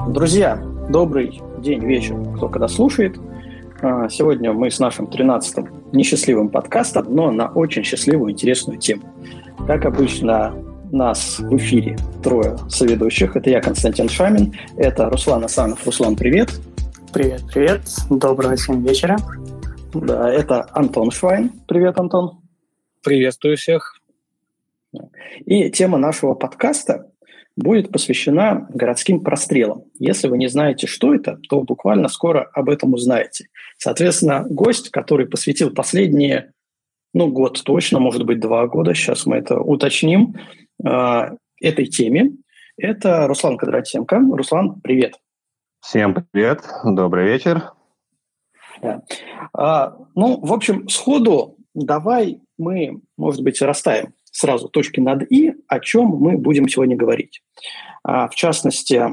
Друзья, добрый день, вечер, кто когда слушает. Сегодня мы с нашим 13-м несчастливым подкастом, но на очень счастливую, интересную тему. Как обычно, нас в эфире трое соведущих. Это я, Константин Шамин, это Руслан Асанов. Руслан, привет. Привет, привет. Доброго всем вечера. Да, это Антон Швайн. Привет, Антон. Приветствую всех. И тема нашего подкаста будет посвящена городским прострелам. Если вы не знаете, что это, то буквально скоро об этом узнаете. Соответственно, гость, который посвятил последние, год точно, может быть, 2 года, сейчас мы это уточним, этой теме, это Руслан Кондратенко. Руслан, привет. Всем привет, добрый вечер. Да. В общем, сходу давай мы, может быть, расставим сразу точки над «и», о чем мы будем сегодня говорить. В частности,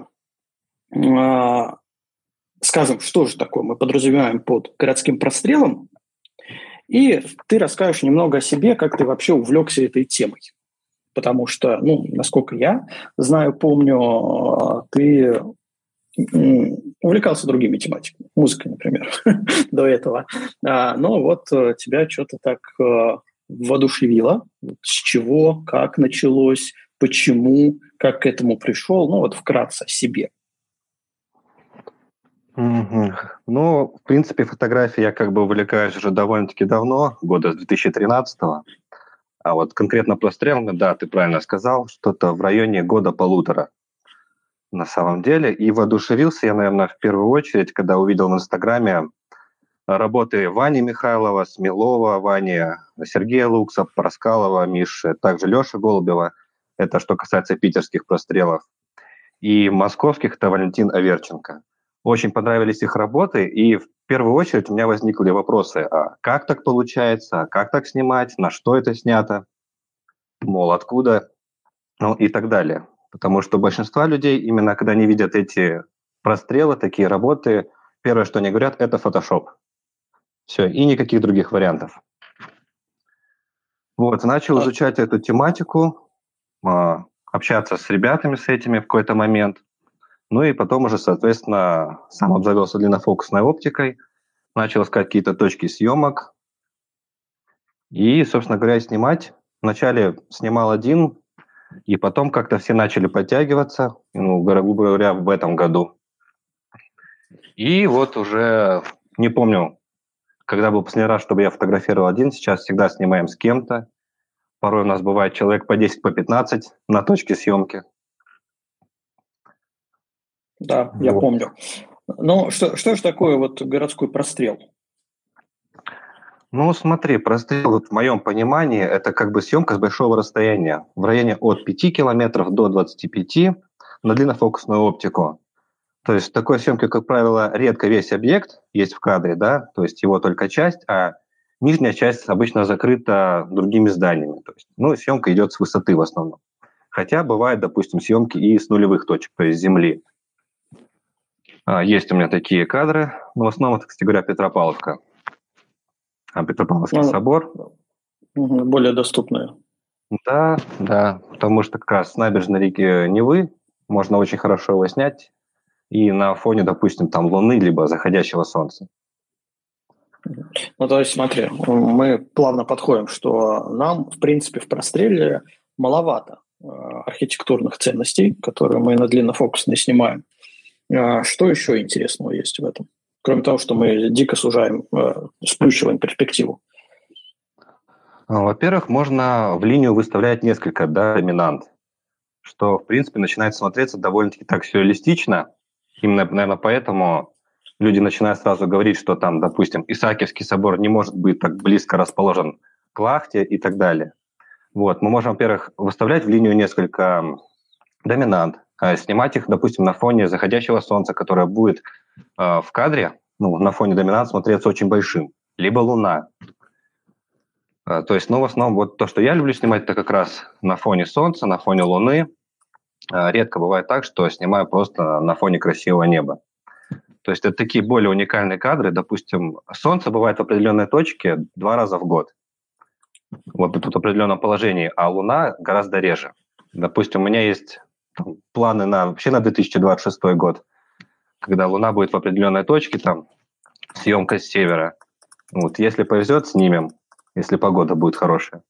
скажем, что же такое мы подразумеваем под городским прострелом, и ты расскажешь немного о себе, как ты вообще увлекся этой темой. Потому что, насколько я знаю, помню, ты увлекался другими тематиками, музыкой, например, до этого. Но вот тебя что-то так воодушевило. С чего, как началось, почему, как к этому пришел. Вкратце о себе. В принципе, фотографией я увлекаюсь уже довольно-таки давно, года с 2013-го. А вот конкретно прострелами, да, ты правильно сказал, что-то в районе года-полутора на самом деле. И воодушевился я, наверное, в первую очередь, когда увидел в Инстаграме работы Вани Михайлова, Смелова, Вани, Сергея Лукса, Пороскалова, Миши, также Леши Голубева. Это что касается питерских прострелов. И московских – это Валентин Аверченко. Очень понравились их работы, и в первую очередь у меня возникли вопросы, а как так получается, как так снимать, на что это снято, мол, откуда, и так далее. Потому что большинство людей, именно когда они видят эти прострелы, такие работы, первое, что они говорят, это Photoshop. Все, и никаких других вариантов. Начал изучать эту тематику, общаться с ребятами с этими в какой-то момент. И потом уже, соответственно, сам обзавелся длиннофокусной оптикой, начал искать какие-то точки съемок. И, собственно говоря, снимать. Вначале снимал один, и потом как-то все начали подтягиваться, грубо говоря, в этом году. И вот уже, не помню, когда был последний раз, чтобы я фотографировал один, сейчас всегда снимаем с кем-то. Порой у нас бывает человек по 10, по 15 на точке съемки. Да, я помню. Что же такое городской прострел? Смотри, прострел, в моем понимании, это съемка с большого расстояния, в районе от 5 километров до 25 на длиннофокусную оптику. То есть в такой съемке, как правило, редко весь объект есть в кадре, да, то есть его только часть, а нижняя часть обычно закрыта другими зданиями. То есть, съемка идет с высоты в основном. Хотя бывают, допустим, съемки и с нулевых точек, то есть с земли. Есть у меня такие кадры, но в основном, кстати говоря, Петропавловка. Петропавловский собор. Более доступные. Да, потому что как раз с набережной реки Невы можно очень хорошо его снять. И на фоне, допустим, там Луны, либо заходящего Солнца. То есть, смотри, мы плавно подходим, что нам, в принципе, в простреле маловато архитектурных ценностей, которые мы на длиннофокусной снимаем. Что еще интересного есть в этом? Кроме того, что мы дико сужаем, сплющиваем перспективу. Во-первых, можно в линию выставлять несколько доминант, что, в принципе, начинает смотреться довольно-таки так сюрреалистично. Именно, наверное, поэтому люди начинают сразу говорить, что там, допустим, Исаакиевский собор не может быть так близко расположен к Лахте и так далее. Мы можем, во-первых, выставлять в линию несколько доминант, снимать их, допустим, на фоне заходящего солнца, которое будет в кадре, на фоне доминант смотреться очень большим, либо Луна. То есть, в основном, то, что я люблю снимать, это как раз на фоне солнца, на фоне Луны. Редко бывает так, что снимаю просто на фоне красивого неба. То есть это такие более уникальные кадры. Допустим, солнце бывает в определенной точке 2 раза в год. Тут в определенном положении, а Луна гораздо реже. Допустим, у меня есть планы вообще на 2026 год. когда Луна будет в определенной точке, там, съемка с севера. Вот, если повезет, снимем, если погода будет хорошая.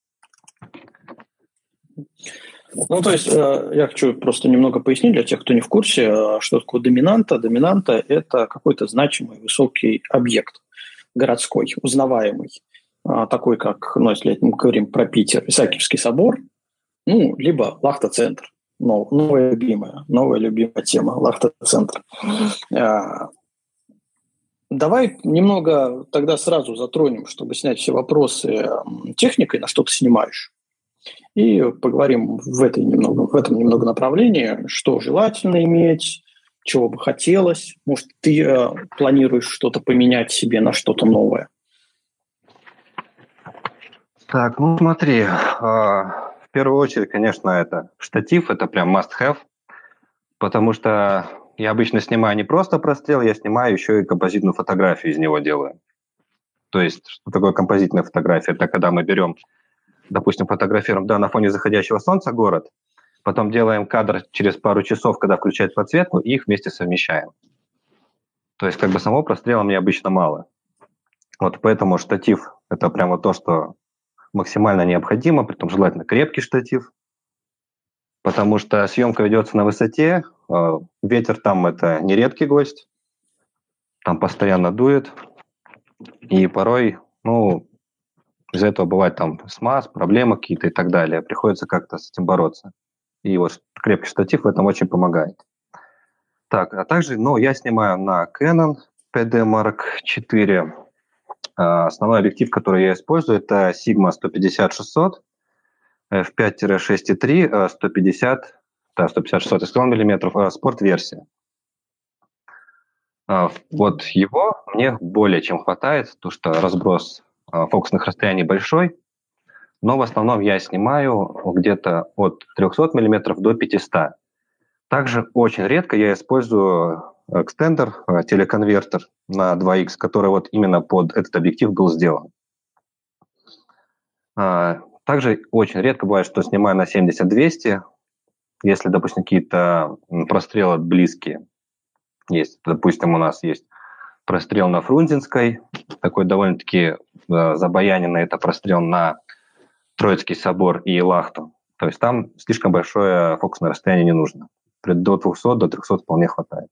Ну, то есть я хочу просто немного пояснить для тех, кто не в курсе, что такое доминанта. Доминанта – это какой-то значимый высокий объект городской, узнаваемый, такой как, ну, если мы говорим про Питер, Исаакиевский собор, ну, либо Лахта-центр. Новая любимая тема, Лахта-центр. Давай немного тогда сразу затронем, чтобы снять все вопросы техникой, на что ты снимаешь. И поговорим в этом немного направлении, что желательно иметь, чего бы хотелось. Может, ты планируешь что-то поменять себе на что-то новое? Так, ну смотри, в первую очередь, конечно, это штатив, это прям must-have, потому что я обычно снимаю не просто прострел, я снимаю еще и композитную фотографию из него делаю. То есть, что такое композитная фотография? Это когда мы берем, допустим, фотографируем на фоне заходящего солнца город, потом делаем кадр через пару часов, когда включает подсветку, и их вместе совмещаем. То есть, как бы самого прострела мне обычно мало. Вот поэтому штатив – это прямо то, что максимально необходимо, притом желательно крепкий штатив, потому что съемка ведется на высоте, ветер там – это нередкий гость, там постоянно дует, и порой, ну, из-за этого бывает там смаз, проблемы какие-то и так далее, приходится как-то с этим бороться. И вот крепкий штатив в этом очень помогает. Так, а также, ну, я снимаю на Canon PD Mark IV. Основной объектив, который я использую, это Sigma 150-600, f5-6.3, 150, да, 150-600 мм, спорт-версия. Вот его мне более чем хватает, потому что разброс фокусных расстояний большой, но в основном я снимаю где-то от 300 мм до 500. Также очень редко я использую экстендер, телеконвертер на 2х, который вот именно под этот объектив был сделан. Также очень редко бывает, что снимаю на 70-200, если, допустим, какие-то прострелы близкие есть. Допустим, у нас есть прострел на Фрунзенской, такой довольно-таки забаяненный, это прострел на Троицкий собор и Лахту. То есть там слишком большое фокусное расстояние не нужно. До 200, до 300 вполне хватает.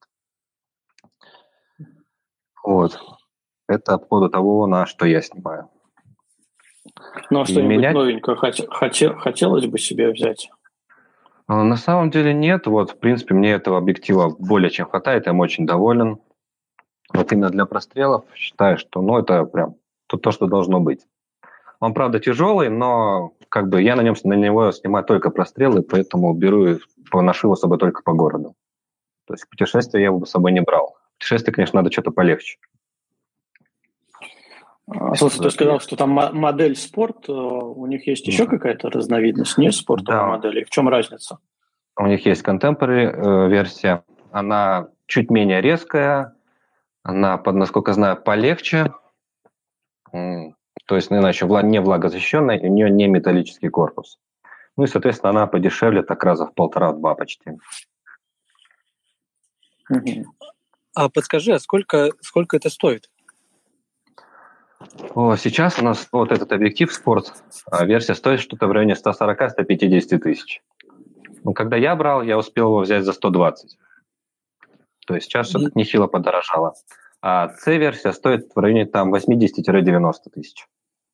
Вот. Это по поводу того, на что я снимаю. Ну, а что-нибудь новенькое хотелось бы себе взять? На самом деле нет. Вот, в принципе, мне этого объектива более чем хватает, я им очень доволен. Вот именно для прострелов считаю, что это прям то, что должно быть. Он, правда, тяжелый, но как бы я на него снимаю только прострелы, поэтому поношу его с собой только по городу. То есть путешествия я его с собой не брал. Путешествие, конечно, надо что-то полегче. Слушай, ты сказал, что там модель спорт, у них есть еще какая-то разновидность, не спортовой модели? В чем разница? У них есть contemporary версия, она чуть менее резкая, она, насколько знаю, полегче, то есть она еще не влагозащищенная, и у нее не металлический корпус. Ну и, соответственно, она подешевле так раза в 1,5-2 почти. А подскажи, а сколько это стоит? Сейчас у нас вот этот объектив спорт, версия стоит что-то в районе 140-150 тысяч. Когда я брал, я успел его взять за 120. То есть сейчас что-то нехило подорожало. А C-версия стоит в районе там 80-90 тысяч.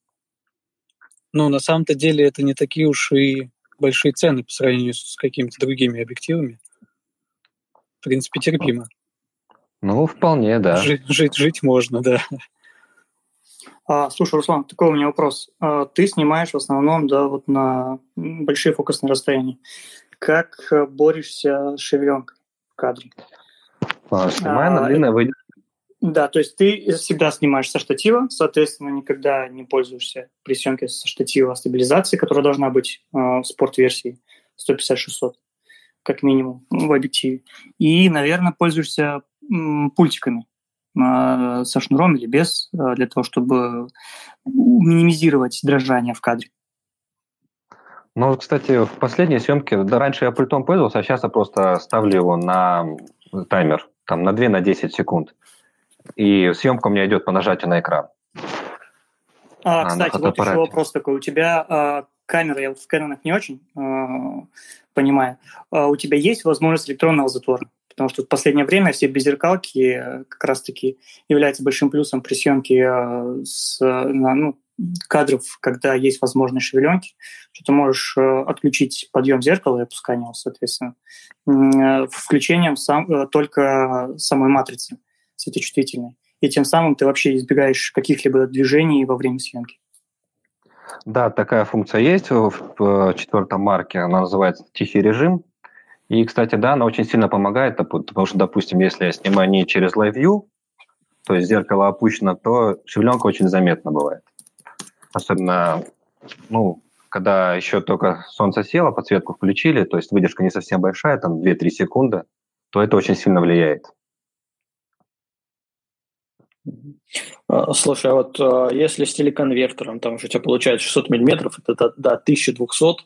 На самом-то деле это не такие уж и большие цены по сравнению с какими-то другими объективами. В принципе, терпимо. Вполне, да. Жить можно, да. Слушай, Руслан, такой у меня вопрос. Ты снимаешь в основном, да, вот на большие фокусные расстояния. Как борешься с шевеленкой в кадре? Снимаю на длинное выйдет. Да, то есть ты всегда снимаешь со штатива, соответственно, никогда не пользуешься при съемке со штатива стабилизацией, которая должна быть в спорт-версии 150-600, как минимум, в объективе. И, наверное, пользуешься пультиками со шнуром или без, для того, чтобы минимизировать дрожание в кадре. Кстати, в последней съемке, раньше я пультом пользовался, а сейчас я просто ставлю его на таймер. там на 2-10 секунд. И съемка у меня идет по нажатию на экран. Кстати, вот еще вопрос такой. У тебя камера, я вот в Canon не очень понимаю, у тебя есть возможность электронного затвора? Потому что в последнее время все беззеркалки как раз-таки являются большим плюсом при съемке кадров, когда есть возможность шевеленки, что ты можешь отключить подъем зеркала и опускание его, соответственно, включением только самой матрицы светочувствительной. И тем самым ты вообще избегаешь каких-либо движений во время съемки. Да, такая функция есть в четвертом марке, она называется «Тихий режим». И, кстати, да, она очень сильно помогает, потому что, допустим, если я снимаю не через Live View, то есть зеркало опущено, то шевеленка очень заметна бывает. Особенно, когда еще только солнце село, подсветку включили, то есть выдержка не совсем большая, там 2-3 секунды, то это очень сильно влияет. Слушай, а вот если с телеконвертером, там же у тебя получается 600 миллиметров, это до 1200,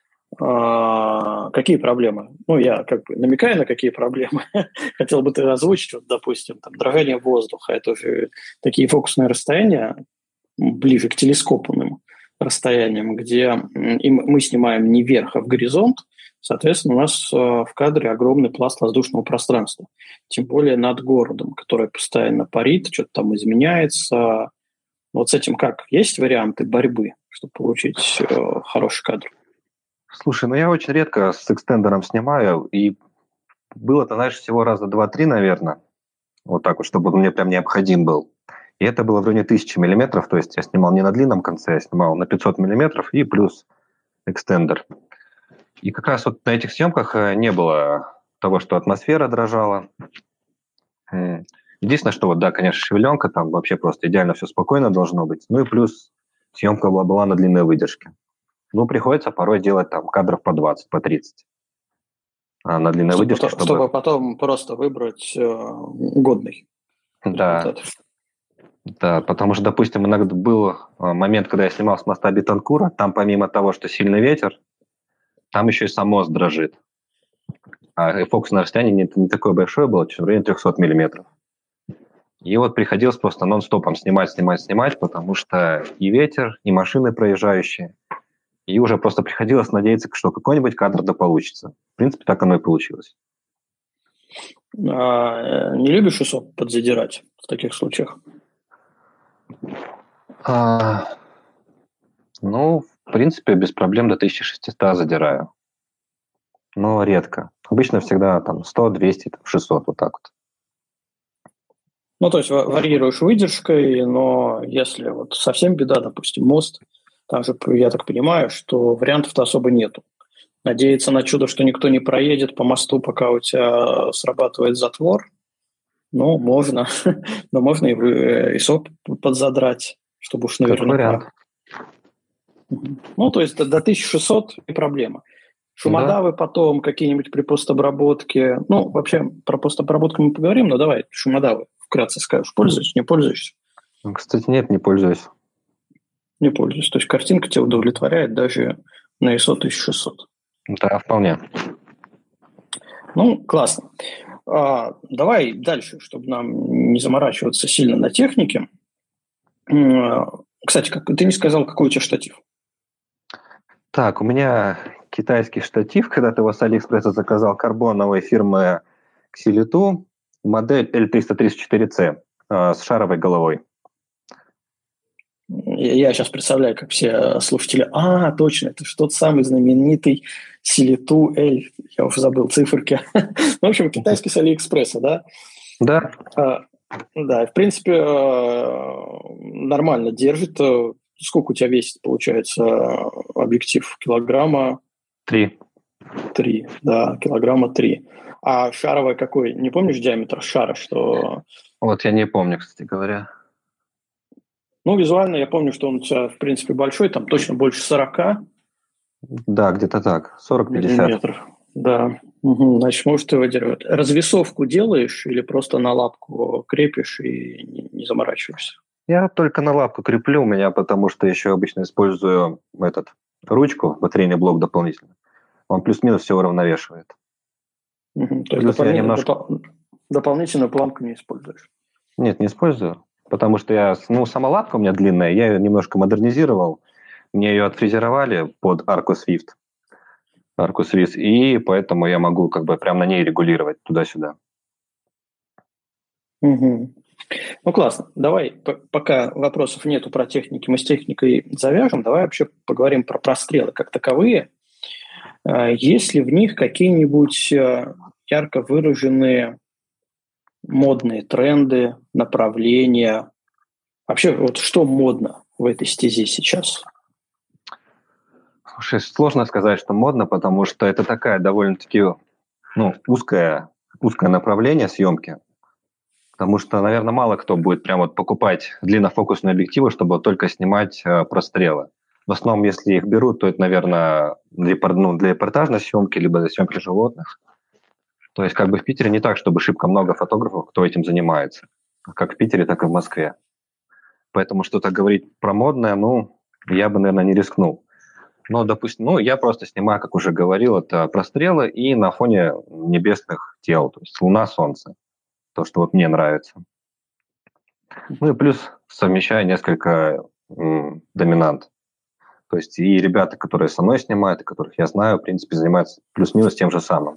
какие проблемы? Я как бы намекаю на какие проблемы. Хотел бы ты озвучить, вот, допустим, там, дрожание воздуха, это уже такие фокусные расстояния, ближе к телескопным расстояниям, где мы снимаем не вверх, а в горизонт, соответственно, у нас в кадре огромный пласт воздушного пространства, тем более над городом, который постоянно парит, что-то там изменяется. Вот с этим как? Есть варианты борьбы, чтобы получить хороший кадр? Слушай, я очень редко с экстендером снимаю, и было-то, знаешь, всего раза 2-3, наверное, вот так вот, чтобы он мне прям необходим был. И это было в районе 1000 миллиметров, то есть я снимал не на длинном конце, я снимал на 500 миллиметров и плюс экстендер. И как раз вот на этих съемках не было того, что атмосфера дрожала. Единственное, что конечно, шевеленка, там вообще просто идеально все спокойно должно быть. И плюс съемка была на длинной выдержке. Приходится порой делать там кадров по 20, по 30 на длинной выдержке. Чтобы потом просто выбрать годный результат. Да, потому что, допустим, иногда был момент, когда я снимал с моста Бетанкура, там помимо того, что сильный ветер, там еще и сам мост дрожит. А фокусное расстояние не такое большое было, в районе 300 миллиметров. И вот приходилось просто нон-стопом снимать, потому что и ветер, и машины проезжающие. И уже просто приходилось надеяться, что какой-нибудь кадр да получится. В принципе, так оно и получилось. Не любишь ISO подзадирать в таких случаях? В принципе, без проблем до 1600 задираю. Но редко. Обычно всегда там 100, 200, 600, вот так вот. То есть варьируешь выдержкой, но если вот совсем беда, допустим, мост, там же, я так понимаю, что вариантов-то особо нету. Надеяться на чудо, что никто не проедет по мосту, пока у тебя срабатывает затвор, можно. Но можно и ISO подзадрать, чтобы уж наверняка. То есть до 1600 и проблема. Шумодавы потом какие-нибудь при постобработке. Вообще про постобработку мы поговорим, но давай шумодавы вкратце скажешь. Пользуешься, не пользуешься? Кстати, нет, не пользуюсь. Не пользуюсь. То есть картинка тебя удовлетворяет даже на ISO 1600? Да, вполне. Классно. Давай дальше, чтобы нам не заморачиваться сильно на технике. Кстати, ты не сказал, какой у тебя штатив? Так, у меня китайский штатив, когда ты его с Алиэкспресса заказал, карбоновой фирмы Xilitu, модель L334C с шаровой головой. Я сейчас представляю, как все слушатели. Точно, это же тот самый знаменитый Xilitu L. Я уже забыл циферки. В общем, китайский с Алиэкспресса, да? Да. Да, в принципе, нормально держит. Сколько у тебя весит, получается, объектив? Килограмма? 3. 3, да, килограмма 3. А шаровая какой? Не помнишь диаметр шара, что... Вот я не помню, кстати говоря. Визуально я помню, что он у тебя, в принципе, большой, там точно больше 40. Да, где-то так, 40-50. Миллиметров. Да, значит, может его выдерживать. Развесовку делаешь или просто на лапку крепишь и не заморачиваешься? Я только на лапку креплю у меня, потому что еще обычно использую ручку, батарейный блок дополнительно. Он плюс-минус все уравновешивает. То есть дополнительную планку не используешь? Нет, не использую, потому что сама лапка у меня длинная, я ее немножко модернизировал, мне ее отфрезеровали под Arcus Swift, и поэтому я могу как бы прямо на ней регулировать туда-сюда. Угу. Ну, классно. Давай, пока вопросов нету про техники, мы с техникой завяжем, давай вообще поговорим про прострелы как таковые. Есть ли в них какие-нибудь ярко выраженные модные тренды, направления? Вообще, вот что модно в этой стезе сейчас? Слушай, сложно сказать, что модно, потому что это такая довольно-таки узкое направление съемки. Потому что, наверное, мало кто будет прям вот покупать длиннофокусные объективы, чтобы только снимать прострелы. В основном, если их берут, то это, наверное, для репортажной съемки, либо для съемки животных. То есть как бы в Питере не так, чтобы шибко много фотографов, кто этим занимается. Как в Питере, так и в Москве. Поэтому что-то говорить про модное, я бы, наверное, не рискнул. Но, допустим, я просто снимаю, как уже говорил, это прострелы и на фоне небесных тел, то есть Луна, Солнце. То, что вот мне нравится. И плюс совмещаю несколько доминант. То есть и ребята, которые со мной снимают, и которых я знаю, в принципе, занимаются плюс-минус тем же самым.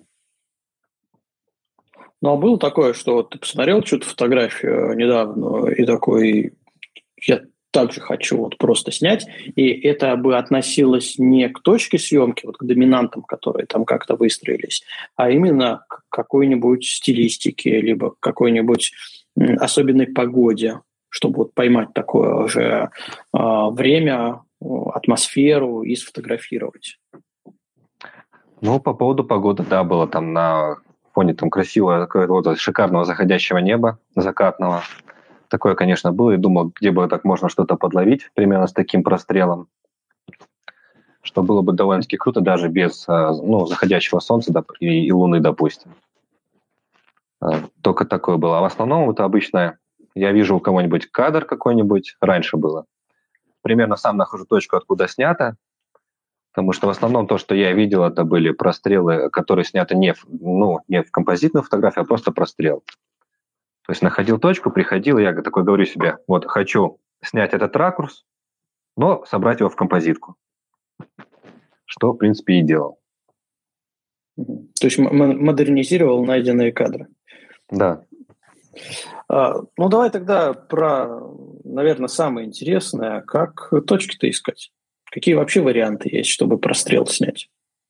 Ну, а было такое, что ты посмотрел чью-то фотографию недавно и такой, я также хочу вот просто снять, и это бы относилось не к точке съемки, вот к доминантам, которые там как-то выстроились, а именно к какой-нибудь стилистике, либо к какой-нибудь особенной погоде, чтобы вот поймать такое же время, атмосферу и сфотографировать. По поводу погоды, да, было там на фоне там красивого, какого-то шикарного заходящего неба, закатного. Такое, конечно, было, и думал, где бы так можно что-то подловить, примерно с таким прострелом, что было бы довольно-таки круто даже без заходящего солнца и луны, допустим. Только такое было. А в основном это обычно я вижу у кого-нибудь кадр какой-нибудь, раньше было. Примерно сам нахожу точку, откуда снято, потому что в основном то, что я видел, это были прострелы, которые сняты не в композитную фотографию, а просто прострел. То есть находил точку, приходил, и я такой говорю себе, вот хочу снять этот ракурс, но собрать его в композитку. Что, в принципе, и делал. То есть модернизировал найденные кадры. Да. Давай тогда про, наверное, самое интересное, как точки-то искать. Какие вообще варианты есть, чтобы прострел снять?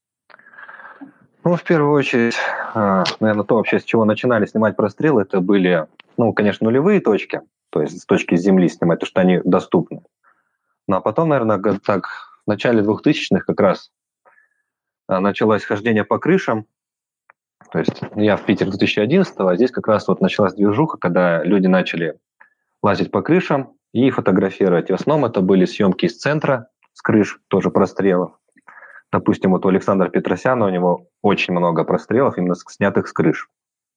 В первую очередь, наверное, то вообще, с чего начинали снимать прострелы, это были, конечно, нулевые точки, то есть с точки Земли снимать, потому что они доступны. А потом, наверное, так, в начале 2000-х как раз началось хождение по крышам. То есть я в Питере 2011-го, а здесь как раз вот началась движуха, когда люди начали лазить по крышам и фотографировать. И в основном это были съемки из центра, с крыш, тоже прострелов. Допустим, вот у Александра Петросяна у него очень много прострелов, именно снятых с крыш.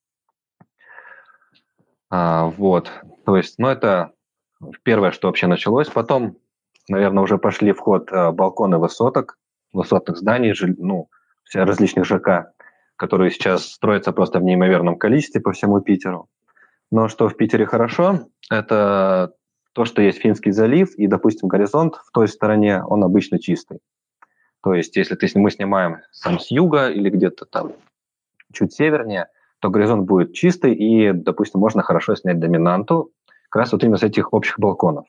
То есть, это первое, что вообще началось. Потом, наверное, уже пошли в ход балконы высотных зданий, различных ЖК, которые сейчас строятся просто в неимоверном количестве по всему Питеру. Но что в Питере хорошо, это то, что есть Финский залив, и, допустим, горизонт в той стороне, он обычно чистый. То есть, если мы снимаем сам с юга или где-то там чуть севернее, то горизонт будет чистый, и, допустим, можно хорошо снять доминанту как раз вот именно с этих общих балконов.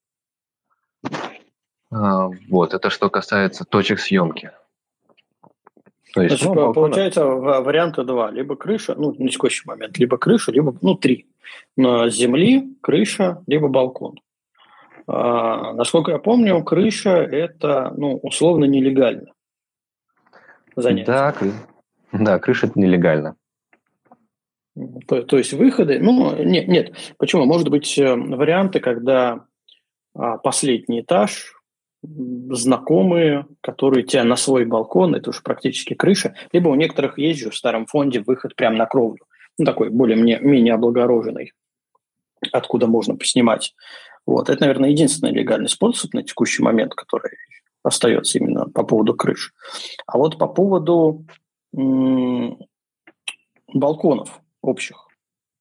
Это что касается точек съемки. То есть, получается, варианта два. Либо крыша, на текущий момент, либо крыша, либо, три. На земли, крыша, либо балкон. Насколько я помню, крыша – это, условно нелегально занятие. Да, крыша – это нелегально. То есть выходы, нет. Почему? Может быть, варианты, когда последний этаж, знакомые, которые тебя на свой балкон, это уже практически крыша, либо у некоторых есть же в старом фонде выход прямо на кровлю, такой более-менее облагороженный, откуда можно поснимать. Это, наверное, единственный легальный способ на текущий момент, который остается именно по поводу крыш. А вот по поводу балконов общих.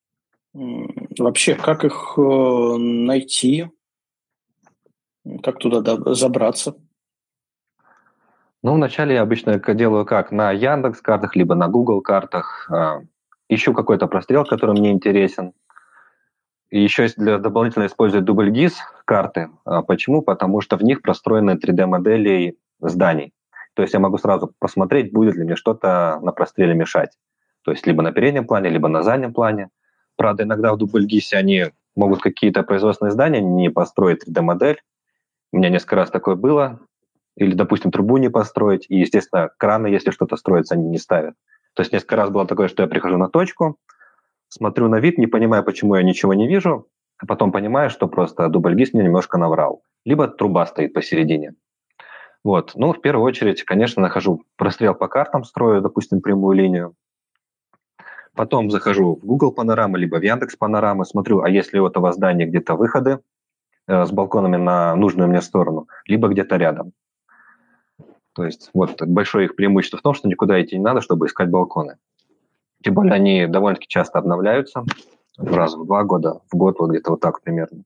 Вообще, как их найти, как туда забраться? Ну, вначале я обычно делаю как? На Яндекс.Картах, либо на Google картах. Ищу какой-то прострел, который мне интересен. И еще для дополнительно использую DoubleGIS карты. Почему? Потому что в них простроены 3D-модели зданий. То есть я могу сразу посмотреть, будет ли мне что-то на простреле мешать. То есть либо на переднем плане, либо на заднем плане. Правда, иногда в DoubleGIS они могут какие-то производственные здания не построить 3D-модель. У меня несколько раз такое было. Или, допустим, трубу не построить. И, естественно, краны, если что-то строится, они не ставят. То есть несколько раз было такое, что я прихожу на точку, смотрю на вид, не понимаю, почему я ничего не вижу, а потом понимаю, что просто DoubleGIS мне немножко наврал. Либо труба стоит посередине. Вот. Ну, в первую очередь, конечно, нахожу прострел по картам, строю, допустим, прямую линию. Потом захожу в Google Панорамы, либо в Яндекс Панорамы, смотрю, а есть ли у этого здания где-то выходы с балконами на нужную мне сторону, либо где-то рядом. То есть вот большое их преимущество в том, что никуда идти не надо, чтобы искать балконы. Тем более они довольно-таки часто обновляются, раз в 2 года, в год, вот где-то вот так примерно.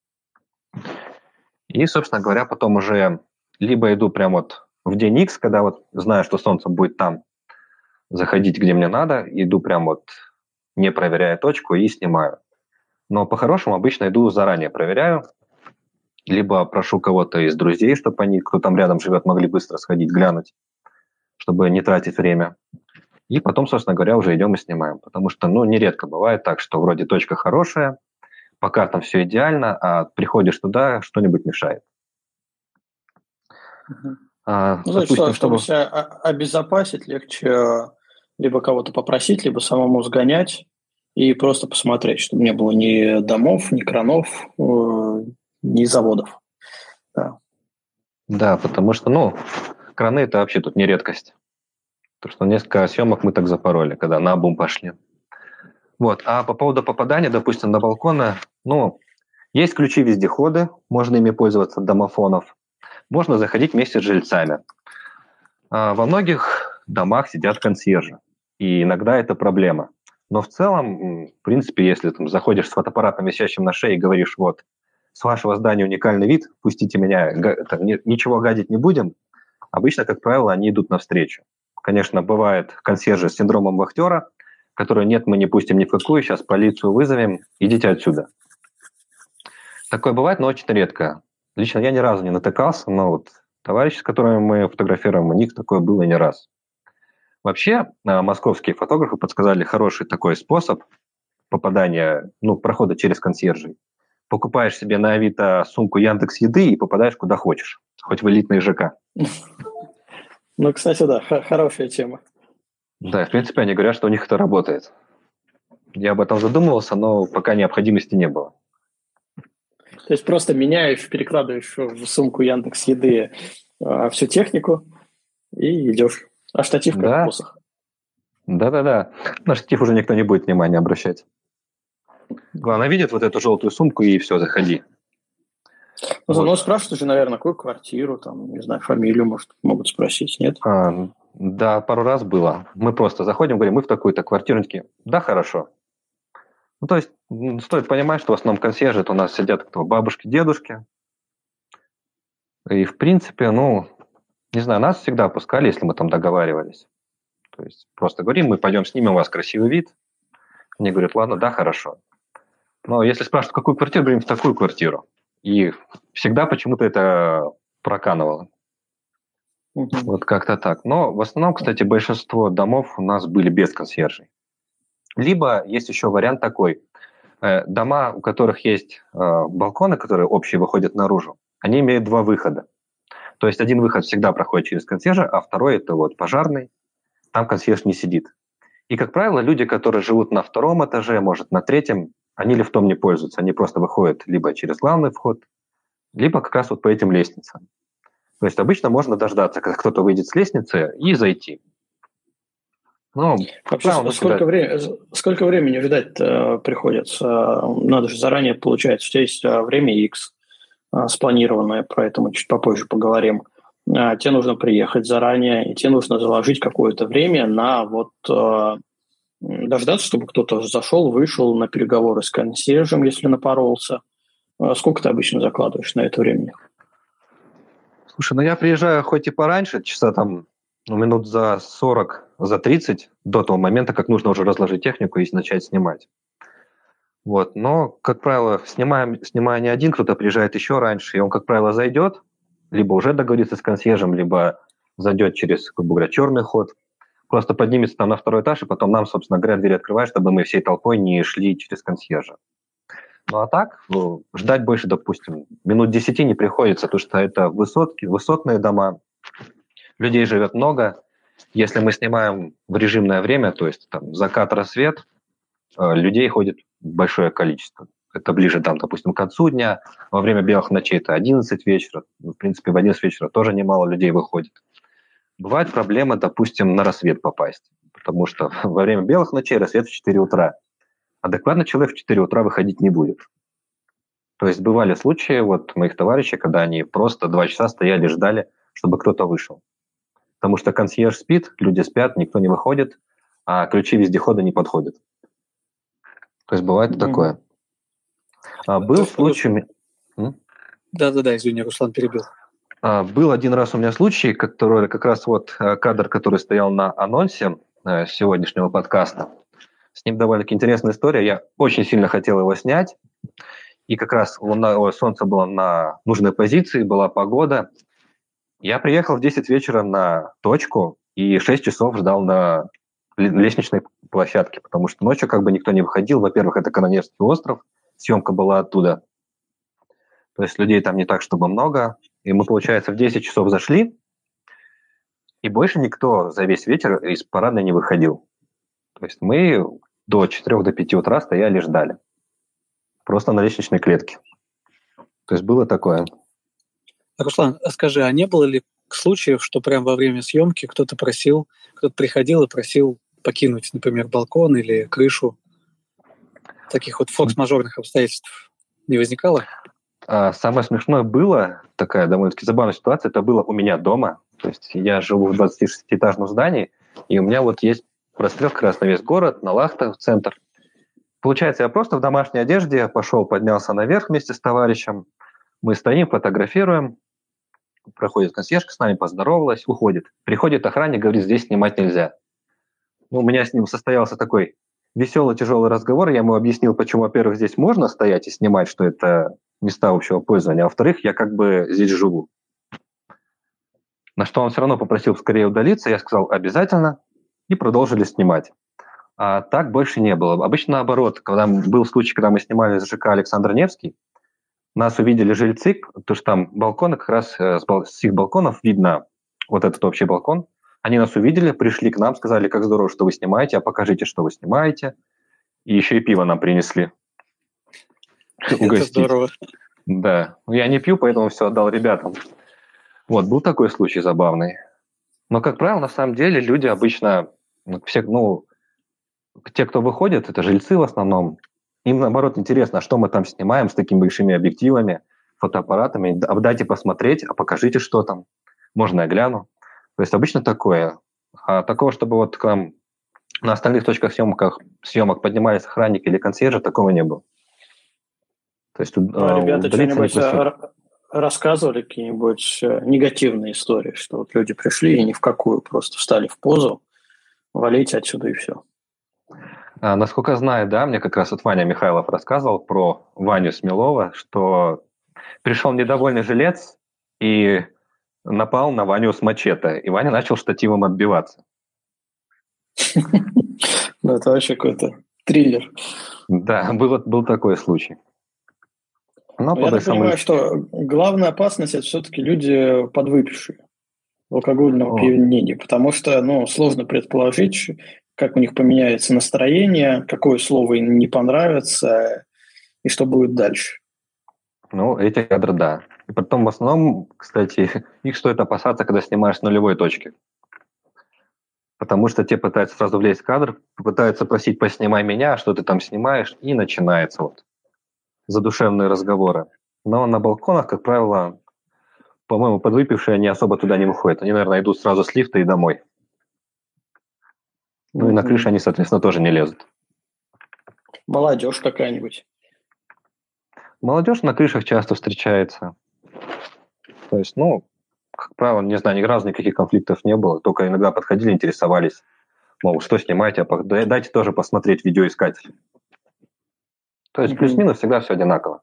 И, собственно говоря, потом уже либо иду прямо вот в день X, когда вот знаю, что солнце будет там, заходить, где мне надо, иду прямо вот не проверяя точку и снимаю. Но по-хорошему обычно иду заранее проверяю, либо прошу кого-то из друзей, чтобы они, кто там рядом живет, могли быстро сходить, глянуть, чтобы не тратить время. И потом, собственно говоря, уже идем и снимаем. Потому что, нередко бывает так, что вроде точка хорошая, по картам все идеально, а приходишь туда, что-нибудь мешает. Допустим, чтобы себя обезопасить, легче либо кого-то попросить, либо самому сгонять и просто посмотреть, чтобы не было ни домов, ни кранов, ни заводов. Да, потому что, краны – это вообще тут не редкость. Потому что несколько съемок мы так запороли, когда наобум пошли. Вот. А по поводу попадания, допустим, на балконы, есть ключи-вездеходы, можно ими пользоваться от домофонов. Можно заходить вместе с жильцами. Во многих домах сидят консьержи, и иногда это проблема. Но в целом, в принципе, если там заходишь с фотоаппаратом, висящим на шее, и говоришь, вот, с вашего здания уникальный вид, пустите меня, ничего гадить не будем, обычно, как правило, они идут навстречу. Конечно, бывает консьержи с синдромом вахтера, которые нет, мы не пустим ни в какую, сейчас полицию вызовем, идите отсюда. Такое бывает, но очень редко. Лично я ни разу не натыкался, но вот товарищи, с которыми мы фотографируем, у них такое было не раз. Вообще, московские фотографы подсказали хороший такой способ попадания, прохода через консьержей. Покупаешь себе на Авито сумку Яндекс.Еды и попадаешь куда хочешь, хоть в элитный ЖК. Кстати, да, хорошая тема. Да, в принципе, они говорят, что у них это работает. Я об этом задумывался, но пока необходимости не было. То есть просто меняешь, перекладываешь в сумку Яндекс.Еды всю технику и идешь. А штатив как посох. Да. На штатив уже никто не будет внимания обращать. Главное, видит вот эту желтую сумку и все, заходи. Спрашивают же, наверное, какую квартиру, там, не знаю, фамилию, может, могут спросить, нет? Да, пару раз было. Мы просто заходим, говорим, мы в такую-то квартиру, они такие, да, хорошо. То есть стоит понимать, что в основном консьержи это у нас сидят бабушки, дедушки. И, в принципе, не знаю, нас всегда пускали, если мы там договаривались. То есть просто говорим, мы пойдем снимем у вас красивый вид. Они говорят, ладно, да, хорошо. Но если спрашивают, какую квартиру, говорим, в такую квартиру. И всегда почему-то это проканывало. Вот как-то так. Но в основном, кстати, большинство домов у нас были без консьержей. Либо есть еще вариант такой. Дома, у которых есть балконы, которые общие выходят наружу, они имеют 2 выхода. То есть один выход всегда проходит через консьержа, а второй – это вот пожарный. Там консьерж не сидит. И, как правило, люди, которые живут на 2-м этаже, может, на 3-м, они лифтом не пользуются. Они просто выходят либо через главный вход, либо как раз вот по этим лестницам. То есть обычно можно дождаться, когда кто-то выйдет с лестницы и зайти. Сколько времени ждать приходится? Надо же заранее, получается. У тебя есть время X спланированное, про это мы чуть попозже поговорим. Тебе нужно приехать заранее, и тебе нужно заложить какое-то время на дождаться, чтобы кто-то зашел, вышел на переговоры с консьержем, если напоролся? Сколько ты обычно закладываешь на это времени? Слушай, я приезжаю хоть и пораньше, часа там минут за 40, за 30, до того момента, как нужно уже разложить технику и начать снимать. Вот. Но, как правило, снимая не один, кто-то приезжает еще раньше, и он, как правило, зайдет, либо уже договорится с консьержем, либо зайдет через, грубо говоря, черный ход, просто поднимется там на второй этаж, и потом нам, собственно говоря, двери открывает, чтобы мы всей толпой не шли через консьержа. Ну а так, ждать больше, допустим, минут 10 не приходится, потому что это высотки, высотные дома, людей живет много. Если мы снимаем в режимное время, то есть там закат-рассвет, людей ходит большое количество. Это ближе, там, допустим, к концу дня. Во время белых ночей это 11 вечера. В принципе, в 11 вечера тоже немало людей выходит. Бывает проблема, допустим, на рассвет попасть. Потому что во время белых ночей рассвет в 4 утра. Адекватный человек в 4 утра выходить не будет. То есть бывали случаи вот моих товарищей, когда они просто 2 часа стояли, ждали, чтобы кто-то вышел. Потому что консьерж спит, люди спят, никто не выходит, а ключи вездехода не подходят. То есть бывает такое. Был случай... Да, извини, Руслан перебил. Был один раз у меня случай, который как раз вот кадр, который стоял на анонсе сегодняшнего подкаста. С ним довольно-таки интересная история. Я очень сильно хотел его снять. И как раз солнце было на нужной позиции, была погода. Я приехал в 10 вечера на точку и 6 часов ждал на лестничной площадке, потому что ночью как бы никто не выходил. Во-первых, это Канонерский остров, съемка была оттуда. То есть людей там не так, чтобы много. И мы, получается, в 10 часов зашли, и больше никто за весь вечер из парадной не выходил. То есть мы до 4-5 утра стояли и ждали. Просто на лестничной клетке. То есть было такое. Руслан, а скажи, а не было ли случаев, что прямо во время съемки кто-то приходил и просил покинуть, например, балкон или крышу? Таких вот форс-мажорных обстоятельств не возникало? Самое смешное было, такая довольно-таки забавная ситуация, это было у меня дома. То есть я живу в 26-этажном здании, и у меня вот есть прострел как раз на весь город, на Лахта, в центр. Получается, я просто в домашней одежде пошел, поднялся наверх вместе с товарищем. Мы стоим, фотографируем. Проходит консьержка, с нами поздоровалась, уходит. Приходит охранник, говорит, здесь снимать нельзя. У меня с ним состоялся такой веселый, тяжелый разговор. Я ему объяснил, почему, во-первых, здесь можно стоять и снимать, что это места общего пользования, а во-вторых, я как бы здесь живу. На что он все равно попросил скорее удалиться. Я сказал, обязательно. И продолжили снимать. А так больше не было. Обычно наоборот, когда был случай, когда мы снимали с ЖК Александр Невский, нас увидели жильцы, потому что там балконы, как раз с их балконов видно вот этот общий балкон. Они нас увидели, пришли к нам, сказали, как здорово, что вы снимаете, а покажите, что вы снимаете. И еще и пиво нам принесли. Это здорово. Да. Я не пью, поэтому все отдал ребятам. Вот, был такой случай забавный. Но, как правило, на самом деле люди обычно, те, кто выходит, это жильцы в основном, им, наоборот, интересно, что мы там снимаем с такими большими объективами, фотоаппаратами. Дайте посмотреть, а покажите, что там. Можно я гляну. То есть обычно такое. А такого, чтобы вот к нам на остальных точках съемок поднимались охранники или консьержи, такого не было. То есть ребята что-нибудь рассказывали, какие-нибудь негативные истории, что вот люди пришли и ни в какую, просто встали в позу, валите отсюда и все. Насколько знаю, да, мне как раз вот Ваня Михайлов рассказывал про Ваню Смелова, что пришел недовольный жилец и напал на Ваню с мачете, и Ваня начал штативом отбиваться. Ну, это вообще какой-то триллер. Да, был такой случай. Но я так понимаю, что главная опасность – это все-таки люди подвыпившие в алкогольном опьянении, потому что, сложно предположить, как у них поменяется настроение, какое слово им не понравится и что будет дальше. Эти кадры, да. И потом, в основном, кстати, их стоит опасаться, когда снимаешь с нулевой точки. Потому что те пытаются сразу влезть в кадр, пытаются просить «поснимай меня», что ты там снимаешь, и начинается задушевные разговоры. Но на балконах, как правило, по-моему, подвыпившие, они особо туда не выходят. Они, наверное, идут сразу с лифта и домой. Ну и на крыше они, соответственно, тоже не лезут. Молодежь какая-нибудь. Молодежь на крышах часто встречается. То есть, как правило, не знаю, ни разу никаких конфликтов не было. Только иногда подходили, интересовались. Мол, что снимаете, дайте тоже посмотреть видеоискатель. То есть плюс-минус всегда все одинаково.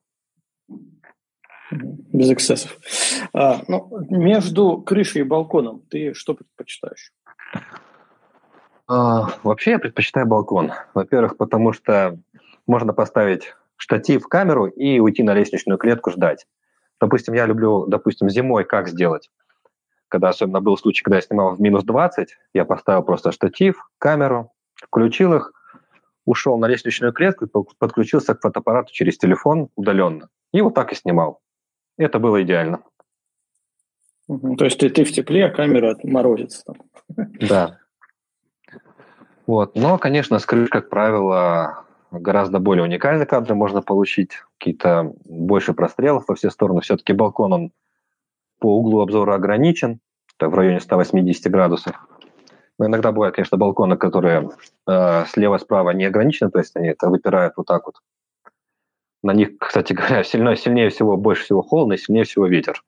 Без эксцессов. Между крышей и балконом ты что предпочитаешь? Вообще я предпочитаю балкон. Во-первых, потому что можно поставить штатив, камеру и уйти на лестничную клетку ждать. Допустим, я люблю, зимой как сделать? Когда особенно был случай, когда я снимал в минус 20, я поставил просто штатив, камеру, включил их, ушел на лестничную клетку и подключился к фотоаппарату через телефон удаленно. И вот так и снимал. Это было идеально. То есть ты в тепле, а камера морозится там. Да. Вот. Но, конечно, с крыш, как правило, гораздо более уникальные кадры можно получить, какие-то больше прострелов во все стороны. Все-таки балкон, он по углу обзора ограничен, в районе 180 градусов. Но иногда бывают, конечно, балконы, которые слева-справа не ограничены, то есть они это выпирают вот так вот. На них, кстати говоря, сильнее всего, больше всего холодно и сильнее всего ветер.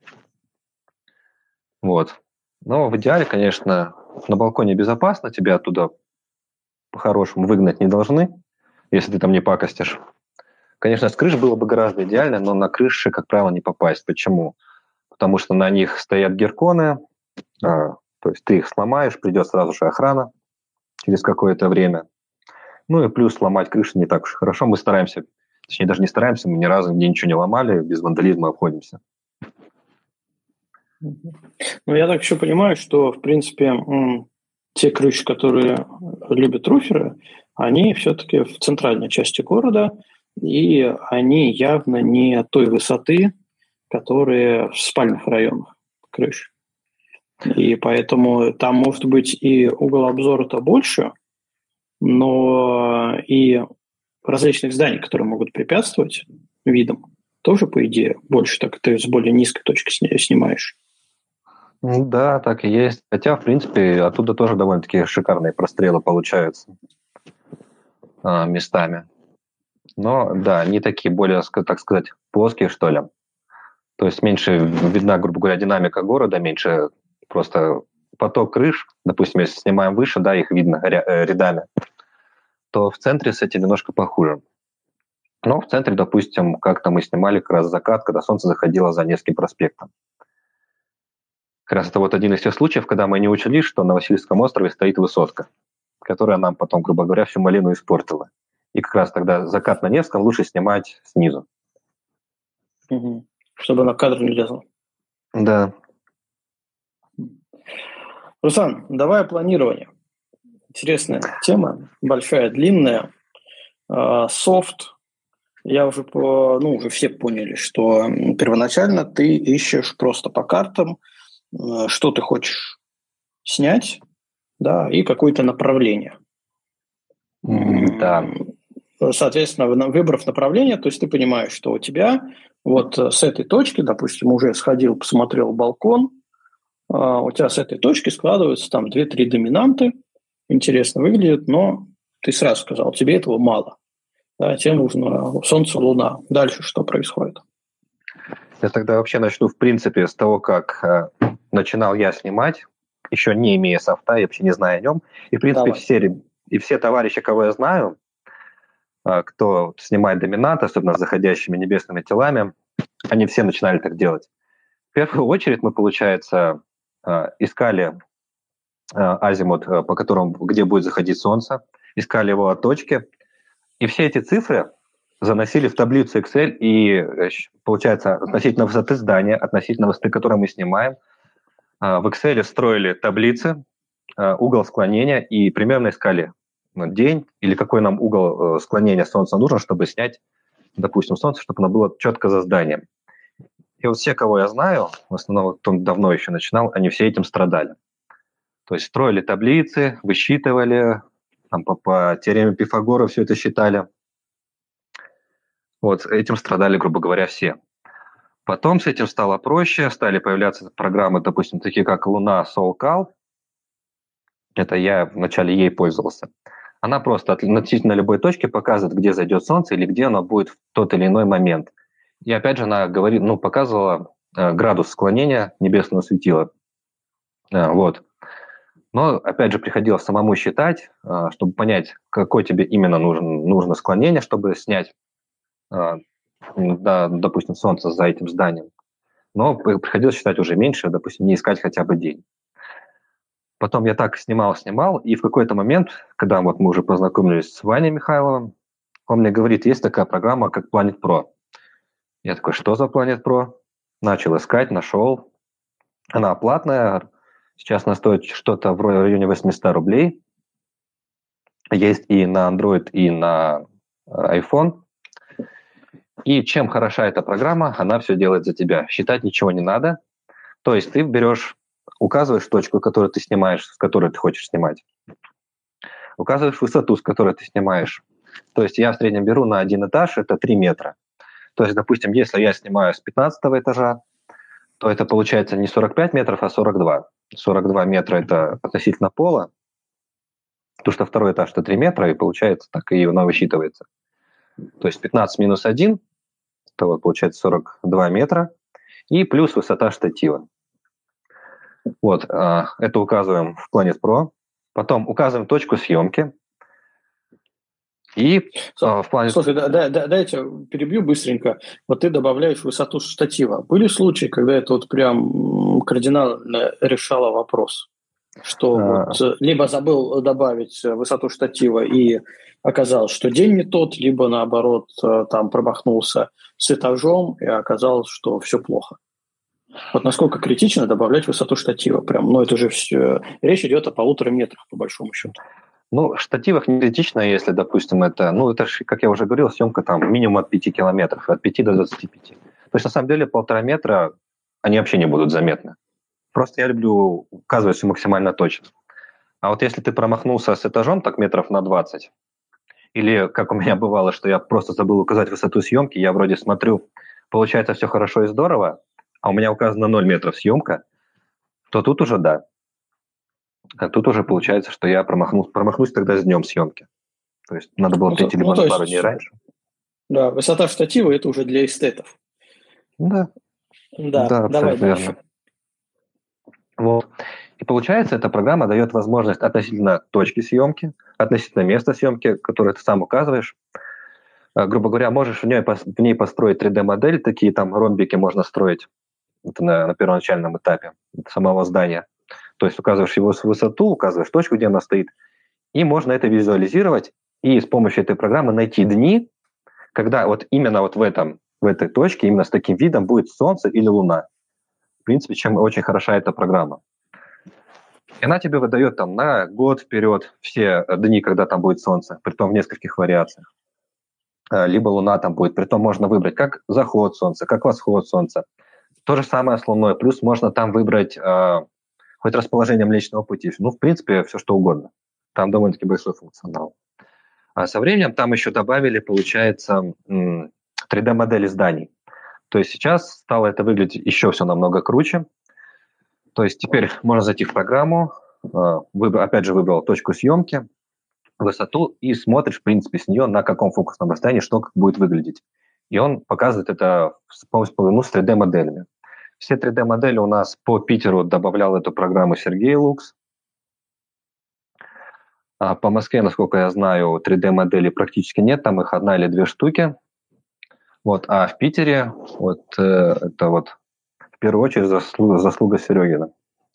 Вот. Но в идеале, конечно, на балконе безопасно, тебя оттуда по-хорошему выгнать не должны, если ты там не пакостишь. Конечно, с крыш было бы гораздо идеально, но на крыши, как правило, не попасть. Почему? Потому что на них стоят герконы, то есть ты их сломаешь, придет сразу же охрана через какое-то время. Ну и плюс сломать крышу не так уж хорошо. Мы стараемся, точнее даже не стараемся, мы ни разу нигде ничего не ломали, без вандализма обходимся. Я так еще понимаю, что, в принципе, те крыши, которые любят руферы, они все-таки в центральной части города, и они явно не той высоты, которые в спальных районах крыш. И поэтому там может быть и угол обзора-то больше, но и различных зданий, которые могут препятствовать видам, тоже, по идее, больше, так ты с более низкой точки снимаешь. Да, так и есть. Хотя, в принципе, оттуда тоже довольно-таки шикарные прострелы получаются местами. Но, да, они такие более, так сказать, плоские, что ли. То есть меньше видна, грубо говоря, динамика города, меньше просто поток крыш. Допустим, если снимаем выше, да, их видно рядами, то в центре с этим немножко похуже. Но в центре, допустим, как-то мы снимали как раз закат, когда солнце заходило за Невским проспектом. Как раз это вот один из тех случаев, когда мы не учли, что на Васильевском острове стоит высотка, которая нам потом, грубо говоря, всю малину испортила. И как раз тогда закат на Невском лучше снимать снизу. Чтобы на кадр не лезло. Да. Руслан, давай о планировании. Интересная тема, большая, длинная. Софт. Я уже, уже все поняли, что первоначально ты ищешь просто по картам, что ты хочешь снять, да, и какое-то направление. Да. Соответственно, выбрав направление, то есть ты понимаешь, что у тебя вот с этой точки, допустим, уже сходил, посмотрел балкон, у тебя с этой точки складываются там 2-3 доминанты, интересно выглядит, но ты сразу сказал, тебе этого мало. Да, тебе нужно Солнце, Луна. Дальше что происходит? Я тогда вообще начну, в принципе, с того, как начинал я снимать, еще не имея софта, я вообще не знаю о нем. И, в принципе, все товарищи, кого я знаю, кто снимает доминанты, особенно с заходящими небесными телами, они все начинали так делать. В первую очередь мы, получается, искали азимут, по которому, где будет заходить Солнце, искали его от точки, и все эти цифры заносили в таблицу Excel, и, получается, относительно высоты здания, относительно высоты, которую мы снимаем, в Excel строили таблицы, угол склонения и примерно искали день или какой нам угол склонения Солнца нужен, чтобы снять, допустим, Солнце, чтобы оно было четко за зданием. И вот все, кого я знаю, в основном, кто давно еще начинал, они все этим страдали. То есть строили таблицы, высчитывали, там по теореме Пифагора все это считали. Вот этим страдали, грубо говоря, все. Потом с этим стало проще, стали появляться программы, допустим, такие как Луна, Солкал. Это я вначале ей пользовался. Она просто относительно любой точки показывает, где зайдет солнце или где оно будет в тот или иной момент. И опять же она говорит, показывала градус склонения небесного светила. Вот. Но, опять же, приходилось самому считать, чтобы понять, какое тебе именно нужно склонение, чтобы снять, допустим, солнце за этим зданием. Но приходилось считать уже меньше, допустим, не искать хотя бы день. Потом я так снимал, и в какой-то момент, когда вот мы уже познакомились с Ваней Михайловым, он мне говорит, есть такая программа, как Planet Pro. Я такой, что за Planet Pro? Начал искать, нашел. Она платная, сейчас она стоит что-то в районе 800 рублей. Есть и на Android, и на iPhone. И чем хороша эта программа, она все делает за тебя. Считать ничего не надо. То есть ты указываешь точку, которую ты снимаешь, с которой ты хочешь снимать. Указываешь высоту, с которой ты снимаешь. То есть я в среднем беру на один этаж, это 3 метра. То есть, допустим, если я снимаю с 15 этажа, то это получается не 45 метров, а 42. 42 метра – это относительно пола, потому что второй этаж – это 3 метра, и получается, так и она высчитывается. То есть 15 минус 1 – это вот получается 42 метра, и плюс высота штатива. Вот, это указываем в Planet Pro. Потом указываем точку съемки. И в плане... Слушай, дайте перебью быстренько. Вот ты добавляешь высоту штатива. Были случаи, когда это вот прям кардинально решало вопрос? Что вот либо забыл добавить высоту штатива и оказалось, что день не тот, либо наоборот там промахнулся с этажом и оказалось, что все плохо. Вот насколько критично добавлять высоту штатива? Прям, это же все... Речь идет о 1,5 метрах, по большому счету. В штативах не критично, если, допустим, это же, как я уже говорил, съемка там минимум от 5 километров, от 5 до 25. То есть, на самом деле, 1,5 метра, они вообще не будут заметны. Просто я люблю указывать все максимально точно. А вот если ты промахнулся с этажом так метров на 20, или, как у меня бывало, что я просто забыл указать высоту съемки, я вроде смотрю, получается все хорошо и здорово, а у меня указано 0 метров съемка, то тут уже да. А тут уже получается, что я промахнусь тогда с днем съемки. То есть надо было прийти либо на пару дней раньше. Да, высота штатива – это уже для эстетов. Да, давай дальше. Вот. И получается, эта программа дает возможность относительно точки съемки, относительно места съемки, которое ты сам указываешь. Грубо говоря, можешь в ней построить 3D-модель, такие там ромбики можно строить. Это на первоначальном этапе самого здания. То есть указываешь его высоту, указываешь точку, где она стоит, и можно это визуализировать, и с помощью этой программы найти дни, когда вот именно вот в этой точке, именно с таким видом будет Солнце или Луна. В принципе, чем очень хороша эта программа. И она тебе выдает там на год вперед все дни, когда там будет Солнце, притом в нескольких вариациях. Либо Луна там будет, притом можно выбрать как заход Солнца, как восход Солнца. То же самое с Луной, плюс можно там выбрать хоть расположение Млечного Пути. В принципе, все что угодно. Там довольно-таки большой функционал. А со временем там еще добавили, получается, 3D-модели зданий. То есть сейчас стало это выглядеть еще все намного круче. То есть теперь можно зайти в программу, опять же выбрал точку съемки, высоту и смотришь, в принципе, с нее на каком фокусном расстоянии что как будет выглядеть. И он показывает это с 3D-моделями. Все 3D-модели у нас по Питеру добавлял эту программу Сергей Лукс. А по Москве, насколько я знаю, 3D-моделей практически нет, там их 1 или 2 штуки. Вот, а в Питере это вот в первую очередь заслуга Серегина.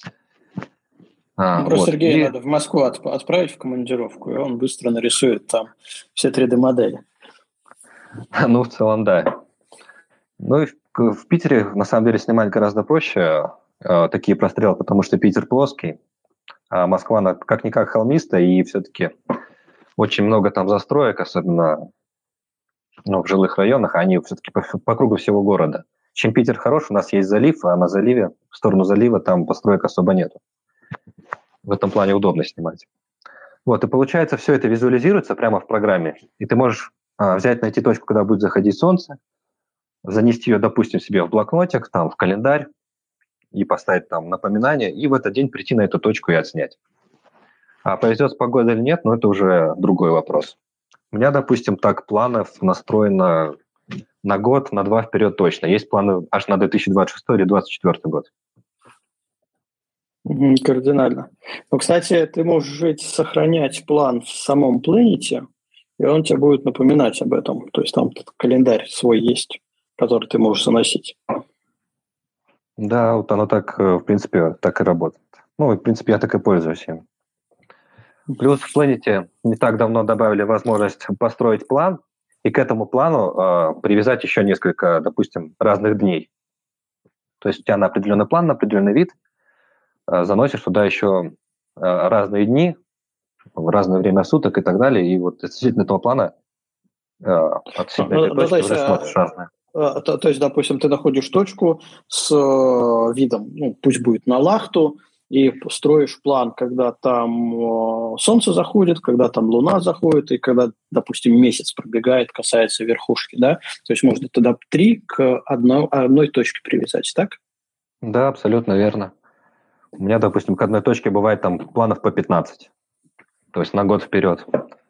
Просто Сергея надо в Москву отправить в командировку, и он быстро нарисует там все 3D-модели. В целом, да. И в Питере, на самом деле, снимать гораздо проще такие прострелы, потому что Питер плоский, а Москва как-никак холмистая, и все-таки очень много там застроек, особенно в жилых районах, а они все-таки по кругу всего города. Чем Питер хорош, у нас есть залив, а на заливе, в сторону залива, там построек особо нету. В этом плане удобно снимать. Вот, и получается, все это визуализируется прямо в программе, и ты можешь найти точку, куда будет заходить солнце, занести ее, допустим, себе в блокнотик, там, в календарь, и поставить там напоминание, и в этот день прийти на эту точку и отснять. А повезет с погодой или нет, это уже другой вопрос. У меня, допустим, так планов настроено на год, на 2 вперед точно. Есть планы аж на 2026 или 2024 год. Кардинально. Но, кстати, ты можешь сохранять план в самом Planet, и он тебе будет напоминать об этом. То есть там календарь свой есть, который ты можешь заносить. Да, вот оно так, в принципе, так и работает. В принципе, я так и пользуюсь им. Плюс в Planet не так давно добавили возможность построить план, и к этому плану привязать еще несколько, допустим, разных дней. То есть у тебя на определенный план, на определенный вид заносишь туда еще разные дни, в разное время суток и так далее, и вот относительно этого плана относительно этой точки уже смотришь разное. То есть, допустим, ты находишь точку с видом, пусть будет на Лахту, и строишь план, когда там солнце заходит, когда там луна заходит, и когда, допустим, месяц пробегает, касается верхушки, да? То есть можно тогда 3 к одной точке привязать, так? Да, абсолютно верно. У меня, допустим, к одной точке бывает там планов по 15. То есть на год вперед.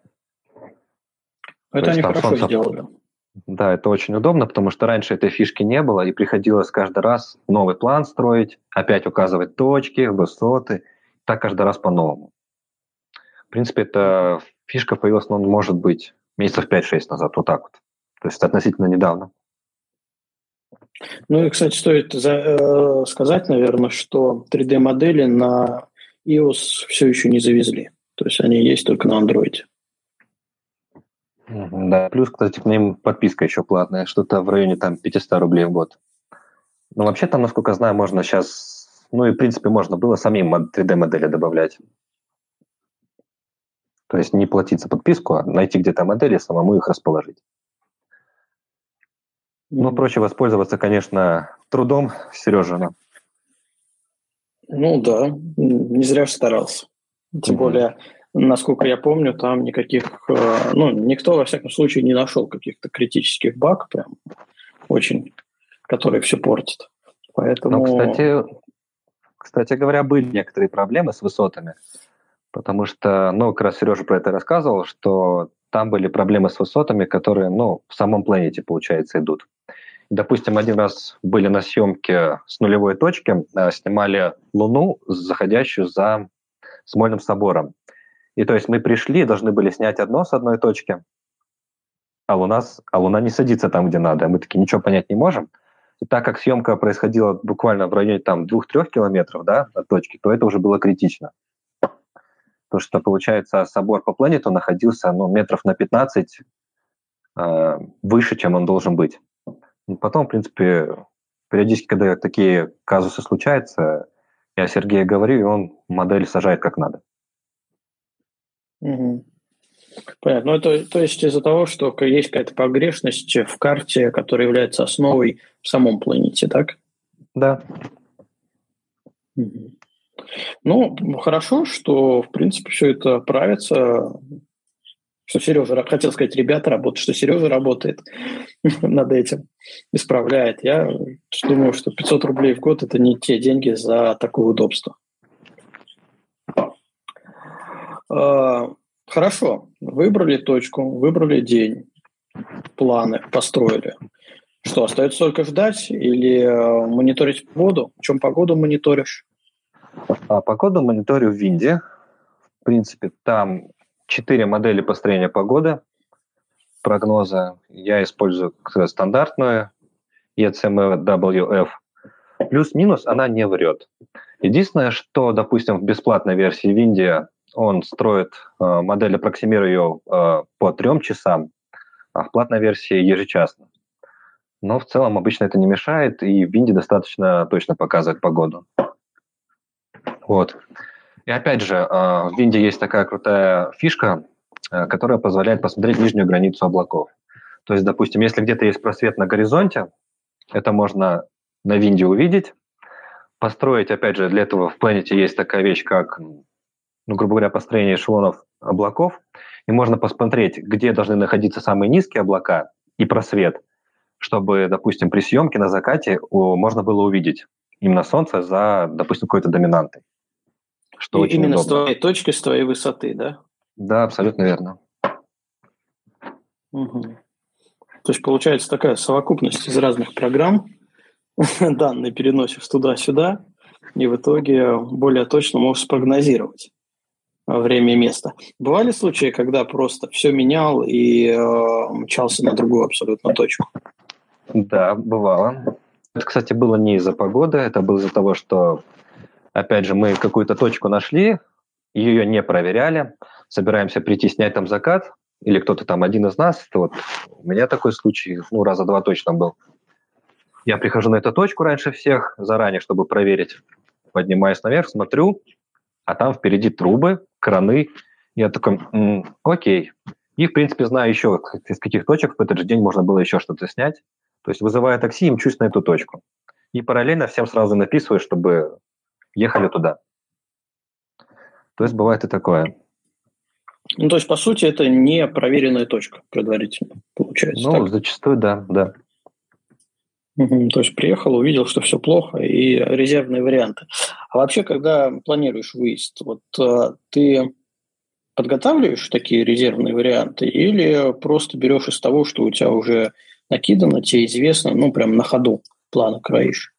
Это они хорошо сделали. Да, это очень удобно, потому что раньше этой фишки не было, и приходилось каждый раз новый план строить, опять указывать точки, высоты, так каждый раз по-новому. В принципе, эта фишка появилась, может быть, месяцев 5-6 назад, вот так вот. То есть относительно недавно. И, кстати, стоит сказать, наверное, что 3D-модели на iOS все еще не завезли. То есть они есть только на Android. Да, плюс, кстати, к ним подписка еще платная, что-то в районе 500 рублей в год. Но вообще там, насколько знаю, можно сейчас, и в принципе можно было самим 3D-модели добавлять. То есть не платить за подписку, а найти где-то модели, самому их расположить. Проще воспользоваться, конечно, трудом Сережина. Да, не зря же старался. Тем более, насколько я помню, там никаких, никто, во всяком случае, не нашел каких-то критических багов, прям очень, которые все портят. Поэтому... Кстати говоря, были некоторые проблемы с высотами, потому что, как раз Сережа про это рассказывал, что там были проблемы с высотами, которые, в самом Planet, получается, идут. Допустим, один раз были на съемке с нулевой точки, снимали Луну, заходящую за Смольным собором. И то есть мы пришли, должны были снять одно с одной точки, а Луна не садится там, где надо. Мы такие, ничего понять не можем. И так как съемка происходила буквально в районе 2-3 километров, да, от точки, то это уже было критично. Потому что, получается, собор по Планету находился метров на 15 выше, чем он должен быть. Потом, в принципе, периодически, когда такие казусы случаются, я Сергею говорю, и он модель сажает как надо. Понятно. То есть из-за того, что есть какая-то погрешность в карте, которая является основой в самом Planet, так? Да. Хорошо, что, в принципе, все это правится. Что Сережа, хотел сказать, ребята работают, что Сережа работает над этим, исправляет. Я думаю, что 500 рублей в год – это не те деньги за такое удобство. Хорошо, выбрали точку, выбрали день, планы построили. Что, остается только ждать или мониторить погоду? В чем погоду мониторишь? Погоду мониторю в Винде. В принципе, там 4 модели построения погоды, прогноза. Я использую стандартную ECMWF. Плюс-минус она не врет. Единственное, что, допустим, в бесплатной версии Винди он строит модель, аппроксимируя ее по 3 часам, а в платной версии ежечасно. Но в целом обычно это не мешает, и в Винди достаточно точно показывает погоду. Вот. И опять же, в Винде есть такая крутая фишка, которая позволяет посмотреть нижнюю границу облаков. То есть, допустим, если где-то есть просвет на горизонте, это можно на Винде увидеть, построить, опять же, для этого в Planet есть такая вещь, как, грубо говоря, построение эшелонов облаков, и можно посмотреть, где должны находиться самые низкие облака и просвет, чтобы, допустим, при съемке на закате можно было увидеть именно Солнце за, допустим, какой-то доминантой. что И очень именно удобно. с твоей точки, с твоей высоты, да? Да, абсолютно верно. Угу. То есть получается такая совокупность из разных программ, данные переносишь туда-сюда, и в итоге более точно можешь спрогнозировать время и место. Бывали случаи, когда просто все менял и мчался на другую абсолютно точку? Да, бывало. Это, кстати, было не из-за погоды, это было из-за того, что, опять же, мы какую-то точку нашли, ее не проверяли, собираемся прийти снять там закат, или кто-то там один из нас, вот у меня такой случай, раза два точно был. Я прихожу на эту точку раньше всех, заранее, чтобы проверить, поднимаюсь наверх, смотрю, а там впереди трубы, краны. Я такой, окей. И, в принципе, знаю еще, из каких точек в этот же день можно было еще что-то снять. То есть, вызывая такси, и мчусь на эту точку. И параллельно всем сразу написываю, чтобы ехали туда. То есть, бывает и такое. То есть, по сути, это не проверенная точка предварительно, получается. Так? Зачастую, да. То есть, приехал, увидел, что все плохо, и резервные варианты. А вообще, когда планируешь выезд, ты подготавливаешь такие резервные варианты или просто берешь из того, что у тебя уже накидано, тебе известно, прям на ходу планы кроишь?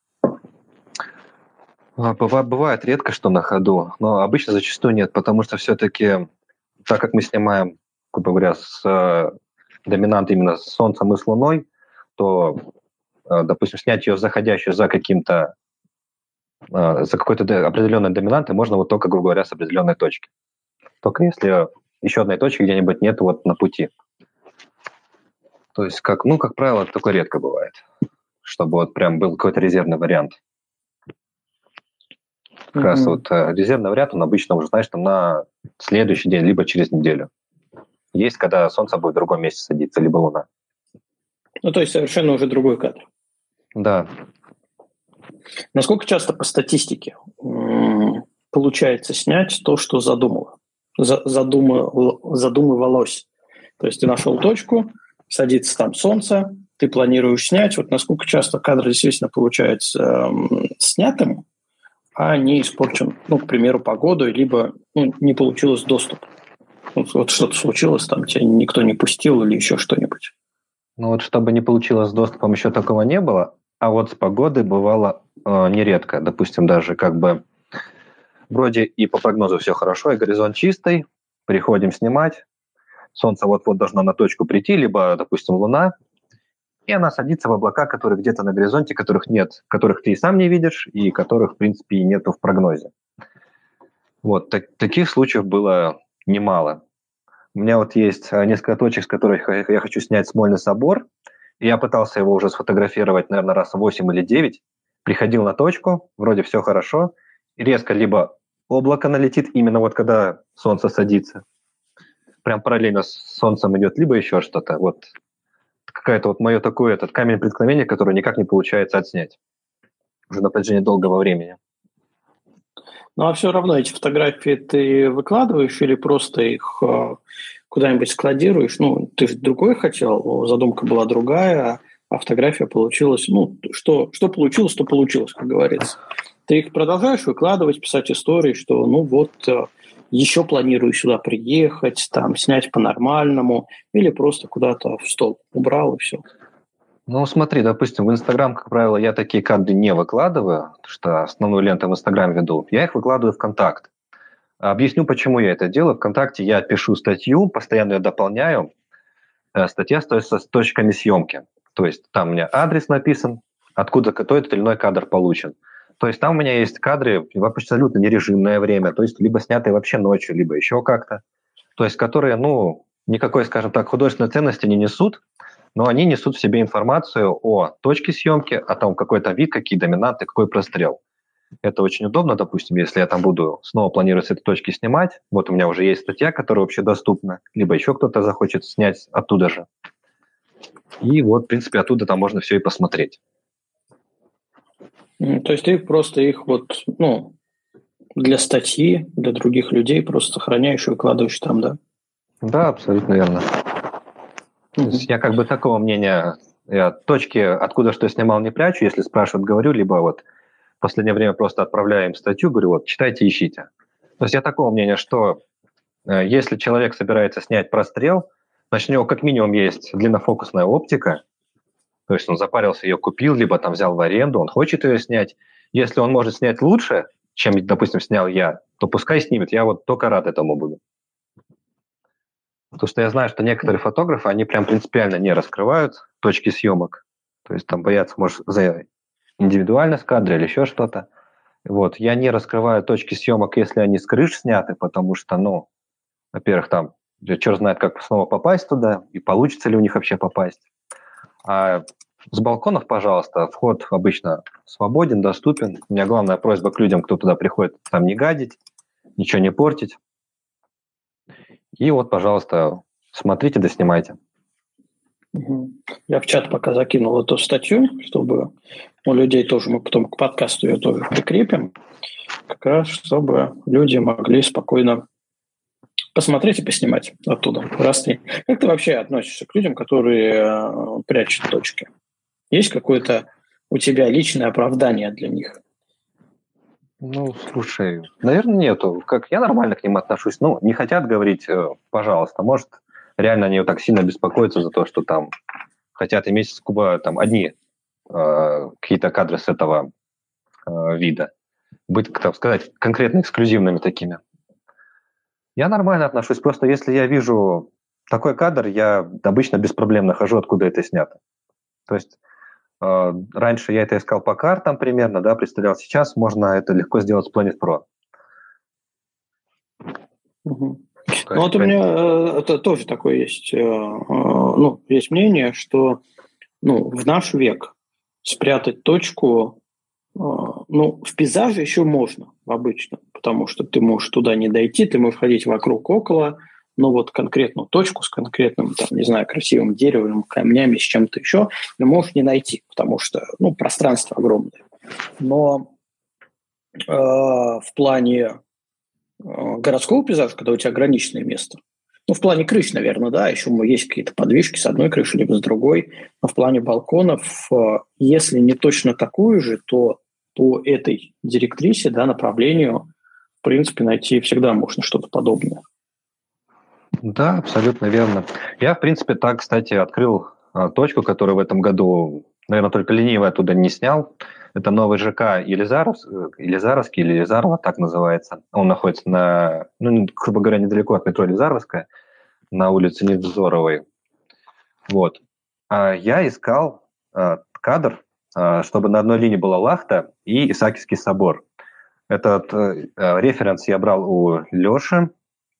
Бывает редко, что на ходу, но обычно зачастую нет, потому что все-таки, так как мы снимаем, грубо говоря, с доминант именно с Солнцем и с Луной, то, допустим, снять ее заходящую за какой-то определенной доминантой можно только, грубо говоря, с определенной точки. Только если еще одной точки где-нибудь нет на пути. То есть, как правило, такое редко бывает, чтобы прям был какой-то резервный вариант. Как раз резервный вариант, он обычно уже, знаешь, там на следующий день, либо через неделю. Есть, когда Солнце будет в другом месте садиться, либо Луна. То есть совершенно уже другой кадр. Да. Насколько часто по статистике получается снять то, что задумывалось? То есть ты нашел точку, садится там Солнце, ты планируешь снять. Насколько часто кадр действительно получается снятым, а не испорчен, к примеру, погодой, либо не получилось доступ. Что-то случилось, там тебя никто не пустил или еще что-нибудь. Чтобы не получилось с доступом, еще такого не было. А с погодой бывало нередко. Допустим, даже вроде и по прогнозу все хорошо, и горизонт чистый, приходим снимать, Солнце вот-вот должно на точку прийти, либо, допустим, Луна, и она садится в облака, которые где-то на горизонте, которых нет, которых ты и сам не видишь, и которых, в принципе, и нету в прогнозе. Таких случаев было немало. У меня есть несколько точек, с которых я хочу снять Смольный собор. И я пытался его уже сфотографировать, наверное, раз 8 или 9. Приходил на точку, вроде все хорошо. И резко либо облако налетит именно когда Солнце садится. Прям параллельно с Солнцем идет, либо еще что-то. Какая-то мое такое, этот камень преткновения, который никак не получается отснять. Уже на протяжении долгого времени. А все равно эти фотографии ты выкладываешь или просто их куда-нибудь складируешь? Ты же другой хотел, задумка была другая, а фотография получилась, что получилось, то получилось, как говорится. Ты их продолжаешь выкладывать, писать истории, что еще планирую сюда приехать, там снять по-нормальному, или просто куда-то в стол убрал и все. Смотри, допустим, в Инстаграм, как правило, я такие кадры не выкладываю, потому что основную ленту в Инстаграм веду. Я их выкладываю в Контакт. Объясню, почему я это делаю. ВКонтакте я пишу статью, постоянно ее дополняю. Статья стоит с точками съемки. То есть там у меня адрес написан, откуда тот или иной кадр получен. То есть там у меня есть кадры в абсолютно нережимное время, то есть либо снятые вообще ночью, либо еще как-то. То есть которые, никакой, скажем так, художественной ценности не несут, но они несут в себе информацию о точке съемки, о том, какой там вид, какие доминанты, какой прострел. Это очень удобно, допустим, если я там буду снова планировать с этой точки снимать. У меня уже есть статья, которая вообще доступна, либо еще кто-то захочет снять оттуда же. И в принципе, оттуда там можно все и посмотреть. То есть ты просто их для статьи, для других людей просто сохраняешь и выкладываешь там, да? Да, абсолютно верно. То есть я такого мнения, я точки, откуда что снимал, не прячу. Если спрашивают, говорю, либо в последнее время просто отправляю им статью, говорю, читайте, ищите. То есть я такого мнения, что если человек собирается снять прострел, значит, у него как минимум есть длиннофокусная оптика, то есть он запарился, ее купил, либо там взял в аренду, он хочет ее снять. Если он может снять лучше, чем, допустим, снял я, то пускай снимет. Я вот только рад этому буду. Потому что я знаю, что некоторые фотографы, они прям принципиально не раскрывают точки съемок. То есть там боятся, может, за индивидуальность кадра или еще что-то. Вот. Я не раскрываю точки съемок, если они с крыш сняты, потому что, ну, во-первых, там черт знает, как снова попасть туда, и получится ли у них вообще попасть. А с балконов, пожалуйста, вход обычно свободен, доступен. У меня главная просьба к людям, кто туда приходит, там не гадить, ничего не портить. И вот, пожалуйста, смотрите да снимайте. Я в чат пока закинул эту статью, чтобы у людей тоже, мы потом к подкасту ее тоже прикрепим, как раз чтобы люди могли спокойно посмотреть и поснимать оттуда. Как ты вообще относишься к людям, которые прячут точки? Есть какое-то у тебя личное оправдание для них? Ну, слушай, наверное, нету. Как я нормально к ним отношусь. Ну, не хотят говорить, пожалуйста. Может, реально они вот так сильно беспокоятся за то, что там хотят иметь скупо там одни какие-то кадры с этого вида. Быть, так сказать, конкретно эксклюзивными такими. Я нормально отношусь. Просто если я вижу такой кадр, я обычно без проблем нахожу, откуда это снято. То есть раньше я это искал по картам примерно, да, представлял. Сейчас можно это легко сделать с Planet Pro. Угу. Ну вот у меня это тоже такое есть, есть мнение, что в наш век спрятать точку, в пейзаже еще можно обычно, потому что ты можешь туда не дойти, ты можешь ходить вокруг, около, но вот конкретную точку с конкретным, там, не знаю, красивым деревом, камнями, с чем-то еще, ты можешь не найти, потому что, пространство огромное. Но в плане городского пейзажа, когда у тебя ограниченное место, в плане крыш, наверное, да, еще есть какие-то подвижки с одной крыши, либо с другой, но в плане балконов, если не точно такую же, то по этой директрисе, да, направлению, в принципе, найти всегда можно что-то подобное. Да, абсолютно верно. Я, в принципе, так, кстати, открыл точку, которую в этом году, наверное, только ленивый оттуда не снял. Это новый ЖК Елизаровский, или Елизарова, так называется. Он находится грубо говоря, недалеко от метро Елизаровская, на улице Невзоровой. Вот. Я искал кадр, чтобы на одной линии была Лахта и Исаакиевский собор. Этот референс я брал у Леши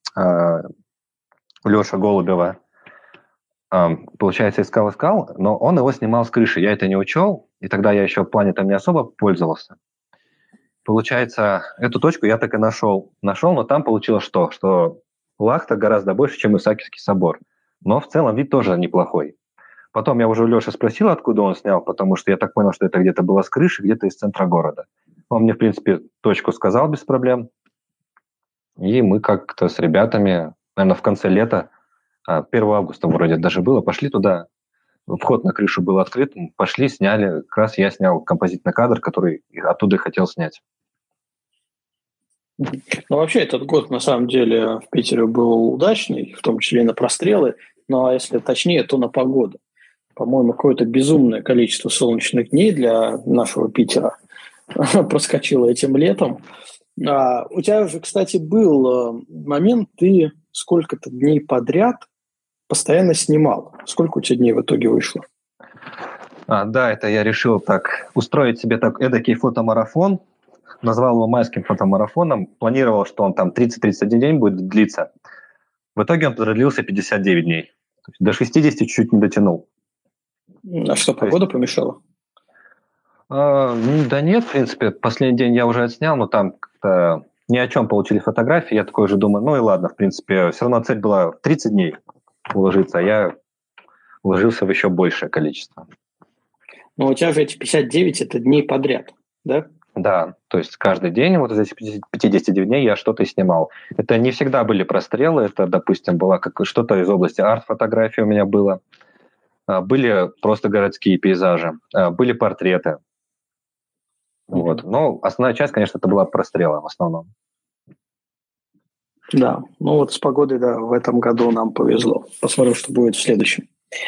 Голубева. Получается, искал, но он его снимал с крыши. Я это не учел, и тогда я еще планетом не особо пользовался. Получается, эту точку я так и нашел, но там получилось что Лахта гораздо больше, чем Исаакиевский собор. Но в целом вид тоже неплохой. Потом я уже у Леши спросил, откуда он снял, потому что я так понял, что это где-то было с крыши, где-то из центра города. Он мне, в принципе, точку сказал без проблем. И мы как-то с ребятами, наверное, в конце лета, 1 августа вроде даже было, пошли туда. Вход на крышу был открыт, пошли, сняли. Как раз я снял композитный кадр, который оттуда и хотел снять. Вообще этот год, на самом деле, в Питере был удачный, в том числе и на прострелы. Ну, а если точнее, то на погоду. По-моему, какое-то безумное количество солнечных дней для нашего Питера проскочило этим летом. У тебя же, кстати, был момент, ты сколько-то дней подряд постоянно снимал. Сколько у тебя дней в итоге вышло? Да, это я решил так устроить себе эдакий фотомарафон. Назвал его майским фотомарафоном. Планировал, что он там 30-31 день будет длиться. В итоге он продлился 59 дней. До 60 чуть не дотянул. А что, погода помешала? Да нет, в принципе. Последний день я уже отснял, но там как-то ни о чем получили фотографии. Я такой же думаю, ну и ладно, в принципе. Все равно цель была в 30 дней уложиться, а я уложился в еще большее количество. Но у тебя же эти 59 – это дней подряд, да? Да, то есть каждый день, вот из этих 59 дней я что-то снимал. Это не всегда были прострелы, это, допустим, было что-то из области арт-фотографии у меня было. Были просто городские пейзажи, были портреты. Вот. Но основная часть, конечно, это была прострела в основном. Да, ну вот с погодой, да, в этом году нам повезло. Посмотрим, что будет в следующем.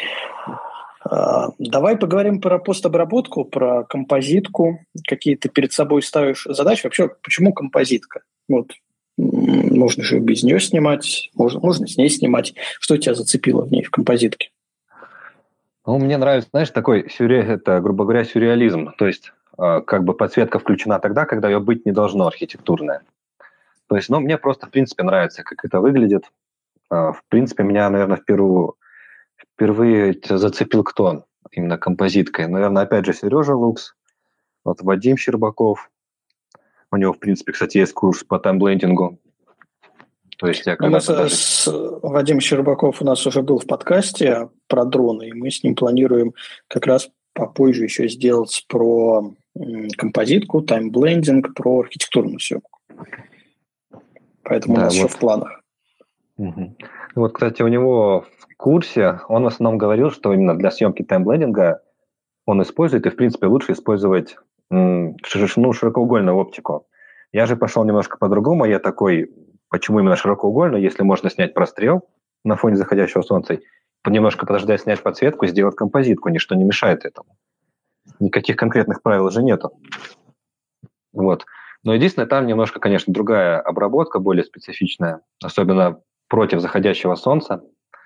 Давай поговорим про постобработку, про композитку. Какие ты перед собой ставишь задачи? Вообще, почему композитка? Вот можно же без нее снимать, можно с ней снимать. Что тебя зацепило в ней, в композитке? Ну, мне нравится, знаешь, такой, это, грубо говоря, сюрреализм. То есть, как бы подсветка включена тогда, когда ее быть не должно архитектурная. То есть, ну, мне просто, в принципе, нравится, как это выглядит. В принципе, меня, наверное, впервые зацепил кто? Именно композиткой. Наверное, опять же, Сережа Лукс, вот Вадим Щербаков. У него, в принципе, кстати, есть курс по таймблендингу. То есть я когда-то даже... Вадим Щербаков у нас уже был в подкасте про дроны, и мы с ним планируем как раз попозже еще сделать про композитку, таймблендинг, про архитектурную съемку. Поэтому у нас еще в планах. Угу. Вот, кстати, у него в курсе он в основном говорил, что именно для съемки таймблендинга он использует, и, в принципе, лучше использовать широкоугольную оптику. Я же пошел немножко по-другому. Я такой, почему именно широкоугольную, если можно снять прострел на фоне заходящего солнца, немножко подождать, снять подсветку, сделать композитку, ничто не мешает этому. Никаких конкретных правил же нету. Вот. Но единственное, там немножко, конечно, другая обработка, более специфичная, особенно против заходящего солнца.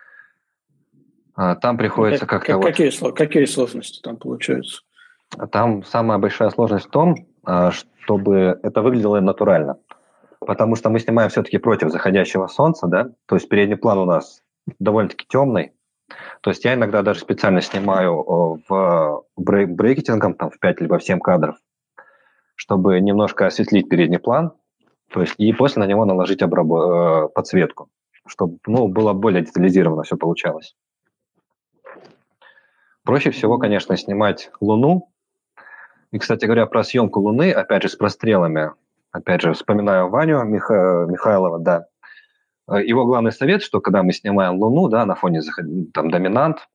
Там приходится как-то... Какие сложности там получаются? Там самая большая сложность в том, чтобы это выглядело натурально. Потому что мы снимаем все-таки против заходящего солнца, да, то есть передний план у нас довольно-таки темный. То есть я иногда даже специально снимаю брекетингом там, в 5 либо в 7 кадров, чтобы немножко осветлить передний план, то есть и после на него наложить подсветку, чтобы было более детализированно все получалось. Проще всего, конечно, снимать Луну. И, кстати говоря, про съемку Луны, опять же, с прострелами, опять же, вспоминаю Ваню Михайлова, да. Его главный совет, что когда мы снимаем Луну, да, на фоне там, доминант,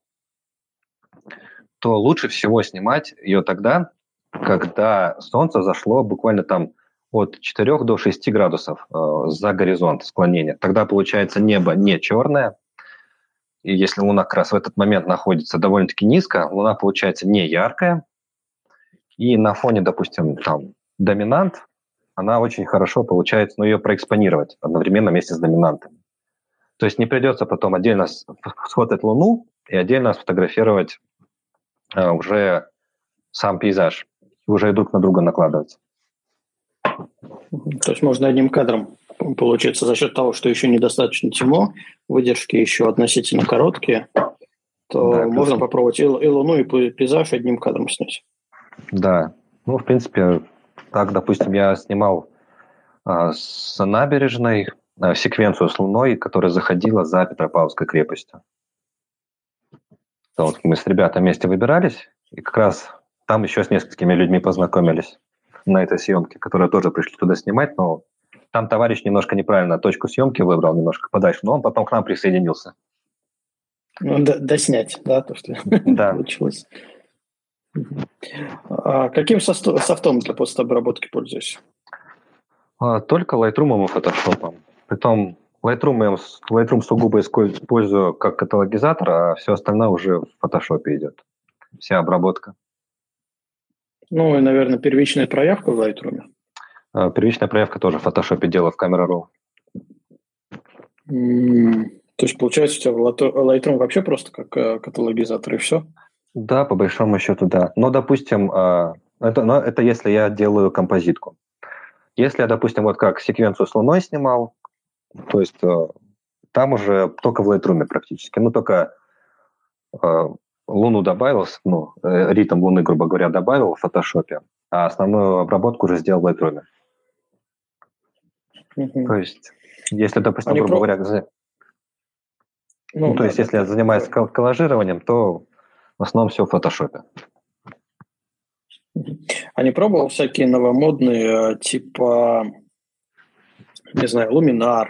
то лучше всего снимать ее тогда, когда солнце зашло буквально там от 4 до 6 градусов за горизонт склонения. Тогда получается небо не черное, и если Луна как раз в этот момент находится довольно-таки низко, Луна получается не яркая, и на фоне, допустим, там доминант, она очень хорошо получается, ее проэкспонировать одновременно вместе с доминантом. То есть не придется потом отдельно сфотать Луну и отдельно сфотографировать уже сам пейзаж, уже друг на друга накладывать. То есть можно одним кадром, получается, за счет того, что еще недостаточно темно, выдержки еще относительно короткие, то да, можно попробовать и Луну, и пейзаж одним кадром снять. Да, ну, в принципе, так, допустим, я снимал с набережной секвенцию с Луной, которая заходила за Петропавловской крепостью. Вот мы с ребятами вместе выбирались, и как раз там еще с несколькими людьми познакомились на этой съемке, которые тоже пришли туда снимать, но там товарищ немножко неправильно точку съемки выбрал, немножко подальше, но он потом к нам присоединился. Ну, доснять, да, то, что получилось. А каким софтом для постобработки пользуешься? Только Lightroom и Photoshop. Притом Lightroom сугубо использую как каталогизатор, а все остальное уже в Photoshop идет. Вся обработка. Ну и, наверное, первичная проявка в Lightroom. Первичная проявка тоже в Photoshop делаю в Camera Raw. То есть, получается, у тебя Lightroom вообще просто как каталогизатор и все? Да, по большому счету, да. Но, допустим, это если я делаю композитку. Если я, допустим, вот как секвенцию с Луной снимал, то есть там уже только в Lightroom практически. Ну, только Луну добавил, ритм Луны, грубо говоря, добавил в Photoshop, а основную обработку уже сделал в Lightroom. То есть, если, допустим, грубо говоря, если я занимаюсь коллажированием, то в основном все в Photoshop. А не пробовал всякие новомодные, типа, не знаю, Luminar,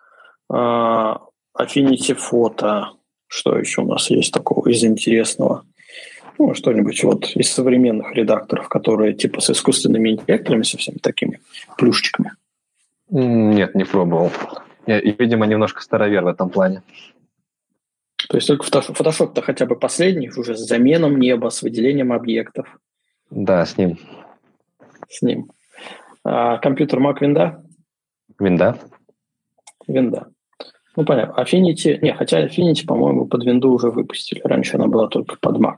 Affinity Photo, что еще у нас есть такого из интересного? Ну, что-нибудь вот из современных редакторов, которые типа с искусственными инъекторами, со всеми такими плюшечками. Нет, не пробовал. И, видимо, немножко старовер в этом плане. То есть только Photoshop-то хотя бы последний, уже с заменом неба, с выделением объектов. Да, с ним. С ним. Компьютер Mac винда? Винда. Винда. Ну, понятно. Affinity... Не, хотя Affinity, по-моему, под винду уже выпустили. Раньше она была только под Mac.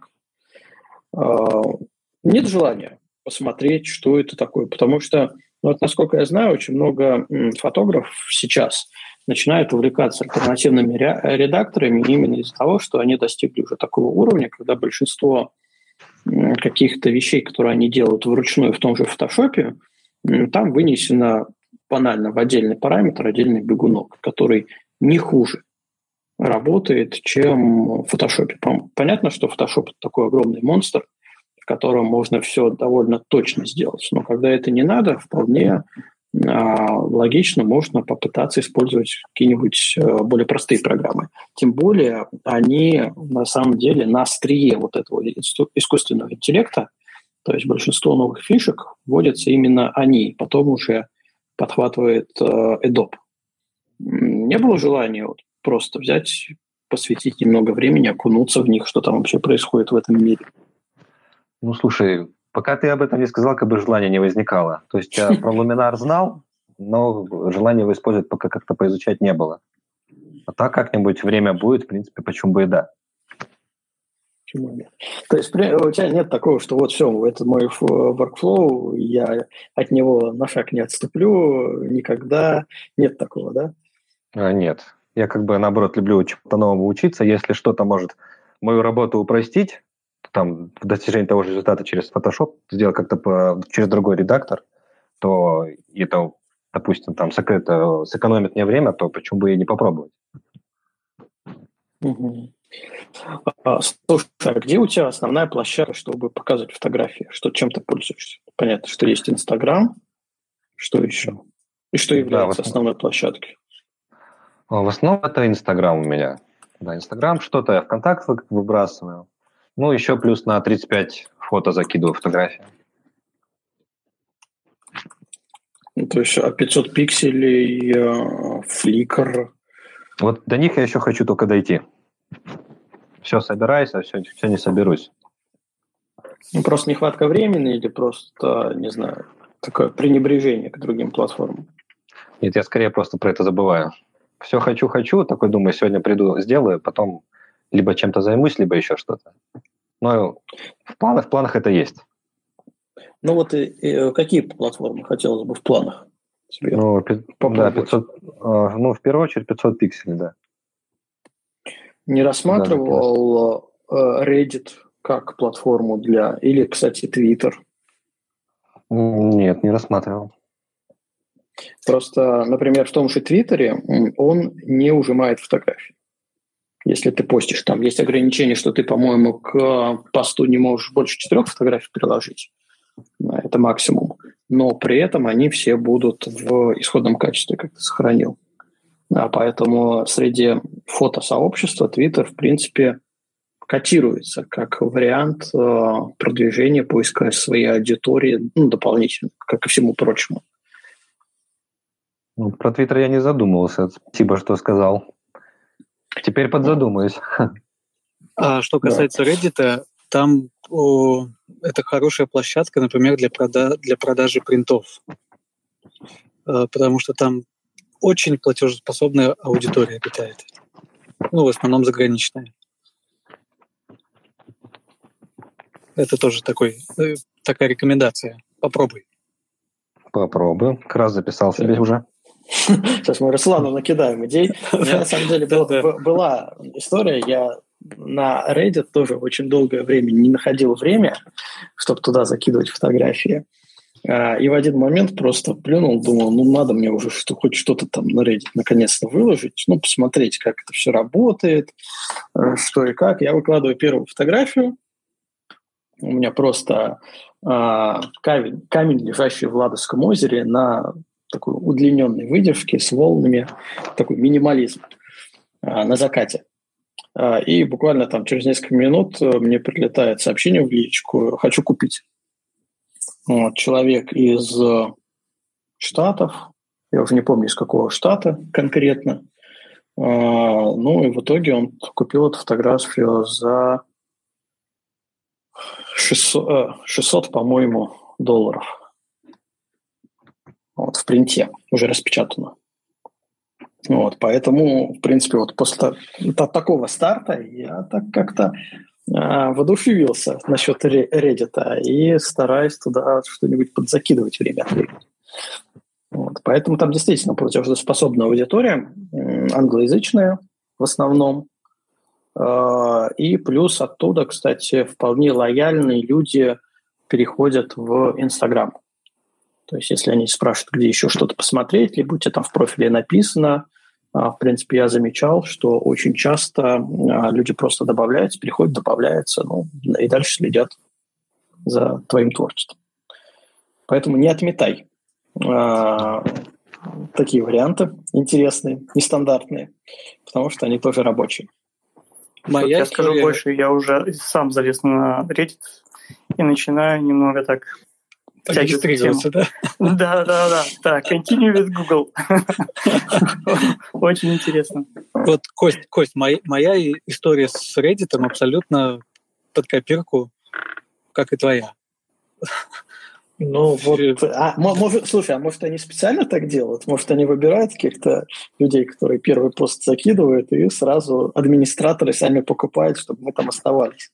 Нет желания посмотреть, что это такое. Потому что, ну, вот, насколько я знаю, очень много фотографов сейчас начинают увлекаться альтернативными редакторами именно из-за того, что они достигли уже такого уровня, когда большинство каких-то вещей, которые они делают вручную в том же фотошопе, там вынесено банально в отдельный параметр, отдельный бегунок, который не хуже работает, чем в фотошопе. Понятно, что фотошоп – это такой огромный монстр, в котором можно все довольно точно сделать. Но когда это не надо, вполне логично можно попытаться использовать какие-нибудь более простые программы. Тем более они на самом деле на острие вот этого искусственного интеллекта, то есть большинство новых фишек вводятся именно они, потом уже подхватывает Adobe. Не было желания вот просто взять, посвятить немного времени, окунуться в них, что там вообще происходит в этом мире? Ну, слушай, пока ты об этом не сказал, как бы желания не возникало. То есть я про Luminar знал, но желания его использовать пока как-то поизучать не было. А так как-нибудь время будет, в принципе, почему бы и да. То есть у тебя нет такого, что вот все, это мой workflow, я от него на шаг не отступлю никогда. Нет такого, да? Нет. Я как бы, наоборот, люблю чему-то новому учиться. Если что-то может мою работу упростить, там, в достижении того же результата через Photoshop, сделать как-то через другой редактор, то это, допустим, там сэкономит мне время, то почему бы и не попробовать? Угу. Слушай, а где у тебя основная площадка, чтобы показывать фотографии? Чем ты пользуешься? Понятно, что есть Инстаграм. Что еще? И что является основной площадкой? В основном это Инстаграм у меня. Да, Инстаграм, что-то я ВКонтакт выбрасываю. Ну, еще плюс на 35 фото закидываю фотографии. То есть 500 пикселей, Flickr. Вот до них я еще хочу только дойти. Все собираюсь, а все не соберусь. Ну, просто нехватка времени или просто, не знаю, такое пренебрежение к другим платформам? Нет, я скорее просто про это забываю. Все хочу, такой думаю, сегодня приду, сделаю, потом либо чем-то займусь, либо еще что-то. Но в планах это есть. Ну вот и какие платформы хотелось бы в планах? Ну, да, 500, в первую очередь 500 пикселей, да. Не рассматривал Reddit как платформу для... Или, кстати, Twitter? Нет, не рассматривал. Просто, например, в том же Твиттере он не ужимает фотографии. Если ты постишь, там есть ограничение, что ты, по-моему, к посту не можешь больше 4 фотографий приложить. Это максимум. Но при этом они все будут в исходном качестве, как ты сохранил. Поэтому среди фотосообщества Twitter, в принципе, котируется как вариант продвижения, поиска своей аудитории дополнительно, как и всему прочему. Ну, про Twitter я не задумывался. Спасибо, что сказал. Теперь подзадумаюсь. А что касается Reddit, там это хорошая площадка, например, для продажи принтов. Потому что там очень платежеспособная аудитория обитает. Ну, в основном заграничная. Это тоже такая рекомендация. Попробуй. Попробую. Как раз записал себе уже. Сейчас мы Руслану накидаем идей. У меня, на самом деле, была история. Я на Reddit тоже очень долгое время не находил время, чтобы туда закидывать фотографии. И в один момент просто плюнул, думал, надо мне уже хоть что-то там на Reddit наконец-то выложить, посмотреть, как это все работает, что и как. Я выкладываю первую фотографию. У меня просто камень, лежащий в Ладожском озере на такой удлиненной выдержке с волнами, такой минимализм на закате. И буквально там через несколько минут мне прилетает сообщение в личку: хочу купить. Человек из Штатов, Я уже не помню, из какого штата конкретно. Ну, и в итоге он купил эту фотографию за 600, по-моему, долларов. Вот, в принте, уже распечатано. Вот, поэтому, в принципе, вот после такого старта я так как-то воодушевился насчет Reddit и стараюсь туда что-нибудь подзакидывать время от времени. Вот, поэтому там действительно платежеспособная аудитория, англоязычная в основном. И плюс оттуда, кстати, вполне лояльные люди переходят в Инстаграм. То есть если они спрашивают, где еще что-то посмотреть, либо у тебя там в профиле написано, в принципе, я замечал, что очень часто люди просто добавляются, переходят, добавляются, ну, и дальше следят за твоим творчеством. Поэтому не отметай такие варианты интересные, нестандартные, потому что они тоже рабочие. Я скажу больше, я уже сам залез на Reddit и начинаю немного так регистрироваться, да? Да. Так, continue with Google. Очень интересно. Вот, Кость, моя история с Reddit абсолютно под копирку, как и твоя. Ну, вот, слушай, а может они специально так делают? Может они выбирают каких-то людей, которые первый пост закидывают, и сразу администраторы сами покупают, чтобы мы там оставались?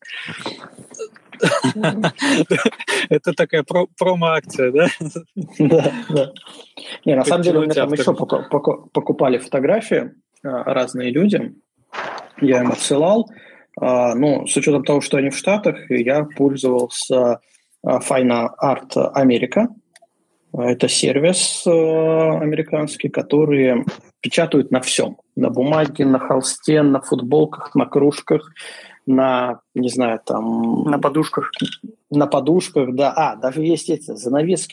Это такая промо-акция, да? Да. Не, на самом деле у меня там еще покупали фотографии разные люди. Я им отсылал. Но с учетом того, что они в Штатах, я пользовался Fine Art America. Это сервис американский, который печатают на всем. На бумаге, на холсте, на футболках, на кружках, на, не знаю, там... На подушках. На подушках, да. Даже есть эти занавески,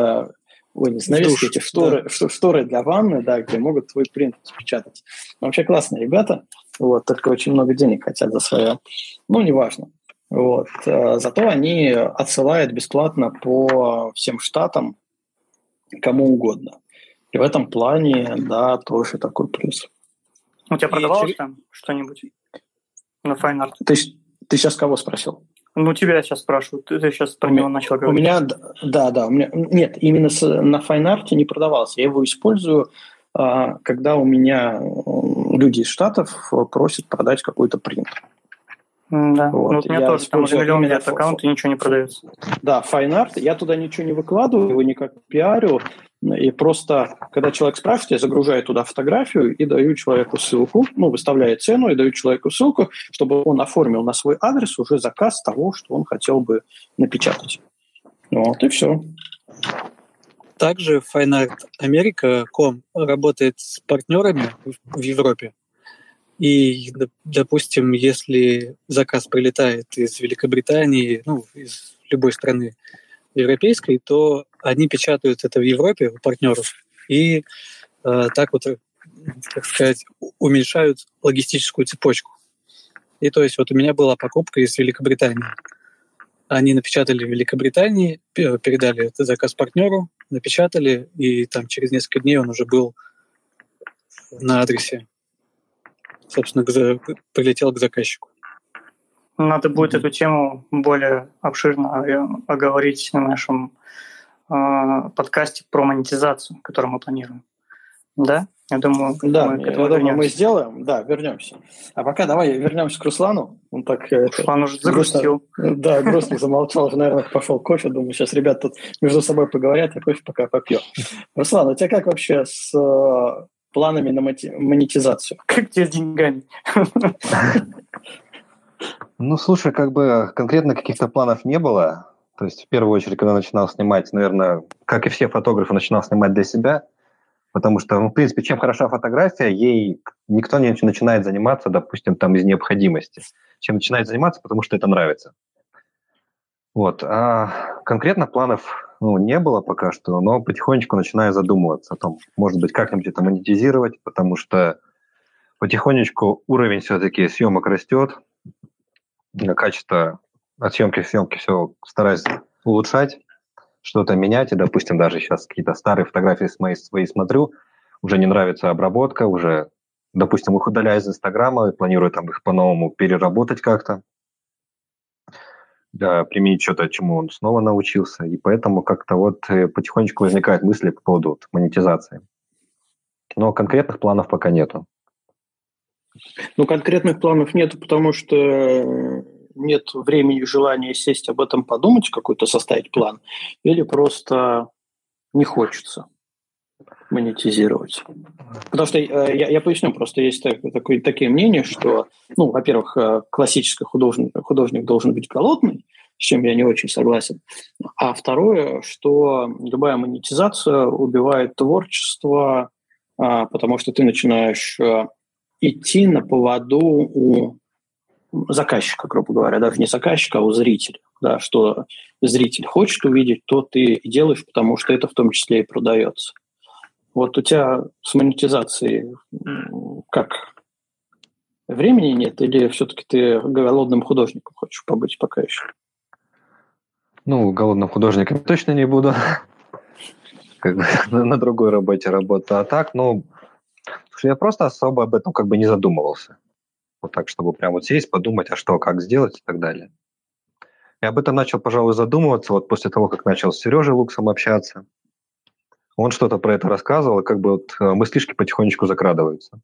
эти шторы для ванны, да, где могут твой принт печатать. Вообще классные ребята, вот, только очень много денег хотят за свое. Ну, неважно. Вот. Зато они отсылают бесплатно по всем штатам кому угодно. И в этом плане, да, тоже такой плюс. У тебя продавалось там что-нибудь на Fine Art? Ты сейчас кого спросил? Ну, тебя сейчас спрашивают. Ты сейчас про него начал говорить. У меня, да. Нет, именно на Fine Art не продавался. Я его использую, когда у меня люди из Штатов просят продать какой-то принт. Да, вот. Ну, у меня тоже там уже миллион лет аккаунт, и ничего не продается. Да, Fine Art, я туда ничего не выкладываю, его никак пиарю, и просто, когда человек спрашивает, я загружаю туда фотографию и даю человеку ссылку, выставляю цену и даю человеку ссылку, чтобы он оформил на свой адрес уже заказ того, что он хотел бы напечатать. Вот, и все. Также FineArtAmerica.com работает с партнерами в Европе. И, допустим, если заказ прилетает из Великобритании, из любой страны европейской, то они печатают это в Европе у партнеров и так вот, так сказать, уменьшают логистическую цепочку. И то есть вот у меня была покупка из Великобритании. Они напечатали в Великобритании, передали этот заказ партнеру, напечатали, и там через несколько дней он уже был на адресе. Собственно, прилетел к заказчику. Надо будет эту тему более обширно оговорить на нашем подкасте про монетизацию, который мы планируем. Да? Я думаю, мы сделаем. Да, вернемся. А пока давай вернемся к Руслану. Он так... Руслан уже загрустил. Да, грустно замолчал. Наверное, пошел кофе. Думаю, сейчас ребята тут между собой поговорят, а кофе пока попьем. Руслан, у тебя как вообще с планами на монетизацию? Как тебе с деньгами? Ну, слушай, конкретно каких-то планов не было. То есть, в первую очередь, когда начинал снимать, наверное, как и все фотографы, начинал снимать для себя. Потому что, в принципе, чем хороша фотография, ей никто не начинает заниматься, допустим, там из необходимости. Чем начинает заниматься, потому что это нравится. Вот. А конкретно планов не было пока что, но потихонечку начинаю задумываться о том, может быть, как-нибудь это монетизировать, потому что потихонечку уровень все-таки съемок растет, качество от съемки к съемке все стараюсь улучшать, что-то менять, и, допустим, даже сейчас какие-то старые фотографии свои смотрю, уже не нравится обработка, уже, допустим, их удаляю из Инстаграма, и планирую там их по-новому переработать как-то, да, применить что-то, чему он снова научился, и поэтому как-то вот потихонечку возникают мысли по поводу вот монетизации. Но конкретных планов пока нету. Ну, конкретных планов нет, потому что нет времени и желания сесть об этом подумать, какой-то составить план, или просто не хочется монетизировать. Потому что я поясню, просто есть такие мнения, что, ну, во-первых, классический художник должен быть голодный, с чем я не очень согласен. А второе, что любая монетизация убивает творчество, потому что ты начинаешь идти на поводу у заказчика, грубо говоря, даже не заказчика, а у зрителя. Да, что зритель хочет увидеть, то ты и делаешь, потому что это в том числе и продается. Вот у тебя с монетизацией как? Времени нет или все-таки ты голодным художником хочешь побыть пока еще? Ну, голодным художником точно не буду. Как бы на другой работе работаю. А так, ну, я просто особо об этом как бы не задумывался. Вот так, чтобы прям вот сесть, подумать, а что, как сделать и так далее. Я об этом начал, пожалуй, задумываться вот после того, как начал с Сережей Луксом общаться. Он что-то про это рассказывал, и как бы вот мыслишки потихонечку закрадываются.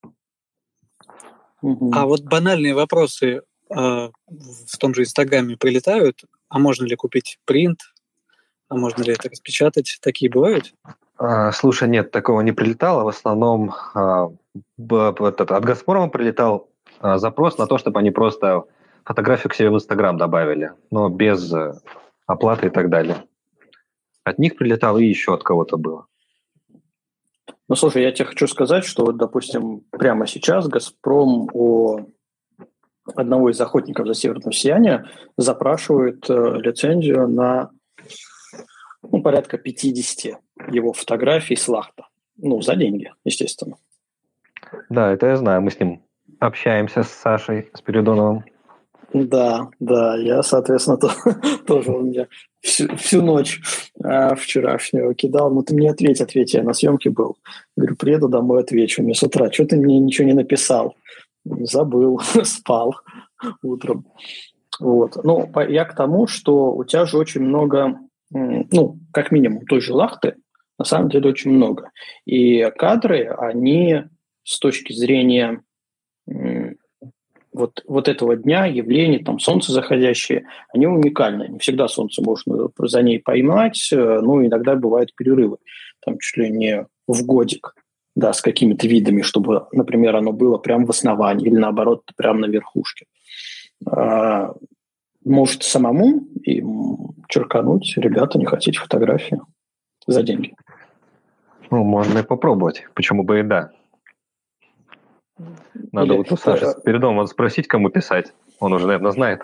А вот банальные вопросы в том же Инстаграме прилетают. А можно ли купить принт? А можно ли это распечатать? Такие бывают? Слушай, нет, такого не прилетало. В основном от «Газпрома» прилетал запрос на то, чтобы они просто фотографию к себе в Инстаграм добавили, но без оплаты и так далее. От них прилетало и еще от кого-то было. Ну, слушай, я тебе хочу сказать, что вот, допустим, прямо сейчас «Газпром» у одного из охотников за северным сиянием запрашивает лицензию на порядка 50 его фотографий с Лахта. Ну, за деньги, естественно. Да, это я знаю. Мы с ним общаемся с Сашей Спиридоновым. Да, я, соответственно, тоже он мне всю ночь вчерашнюю кидал. Ну, ты мне ответь, я на съемке был. Говорю, приеду домой, отвечу. Мне с утра, что ты мне ничего не написал? Забыл, спал утром. Вот. Ну, я к тому, что у тебя же очень много, ну, как минимум, той же Лахты, на самом деле очень много. И кадры, они с точки зрения вот этого дня, явлений, там, солнце заходящее, они уникальны. Не всегда солнце можно за ней поймать, ну, иногда бывают перерывы, там, чуть ли не в годик, да, с какими-то видами, чтобы, например, оно было прямо в основании или, наоборот, прямо на верхушке. Может самому и черкануть, ребята, не хотите фотографии за деньги. Ну, можно и попробовать. Почему бы и да. Надо вот у Саши Спиридонова спросить, кому писать. Он уже, наверное, знает.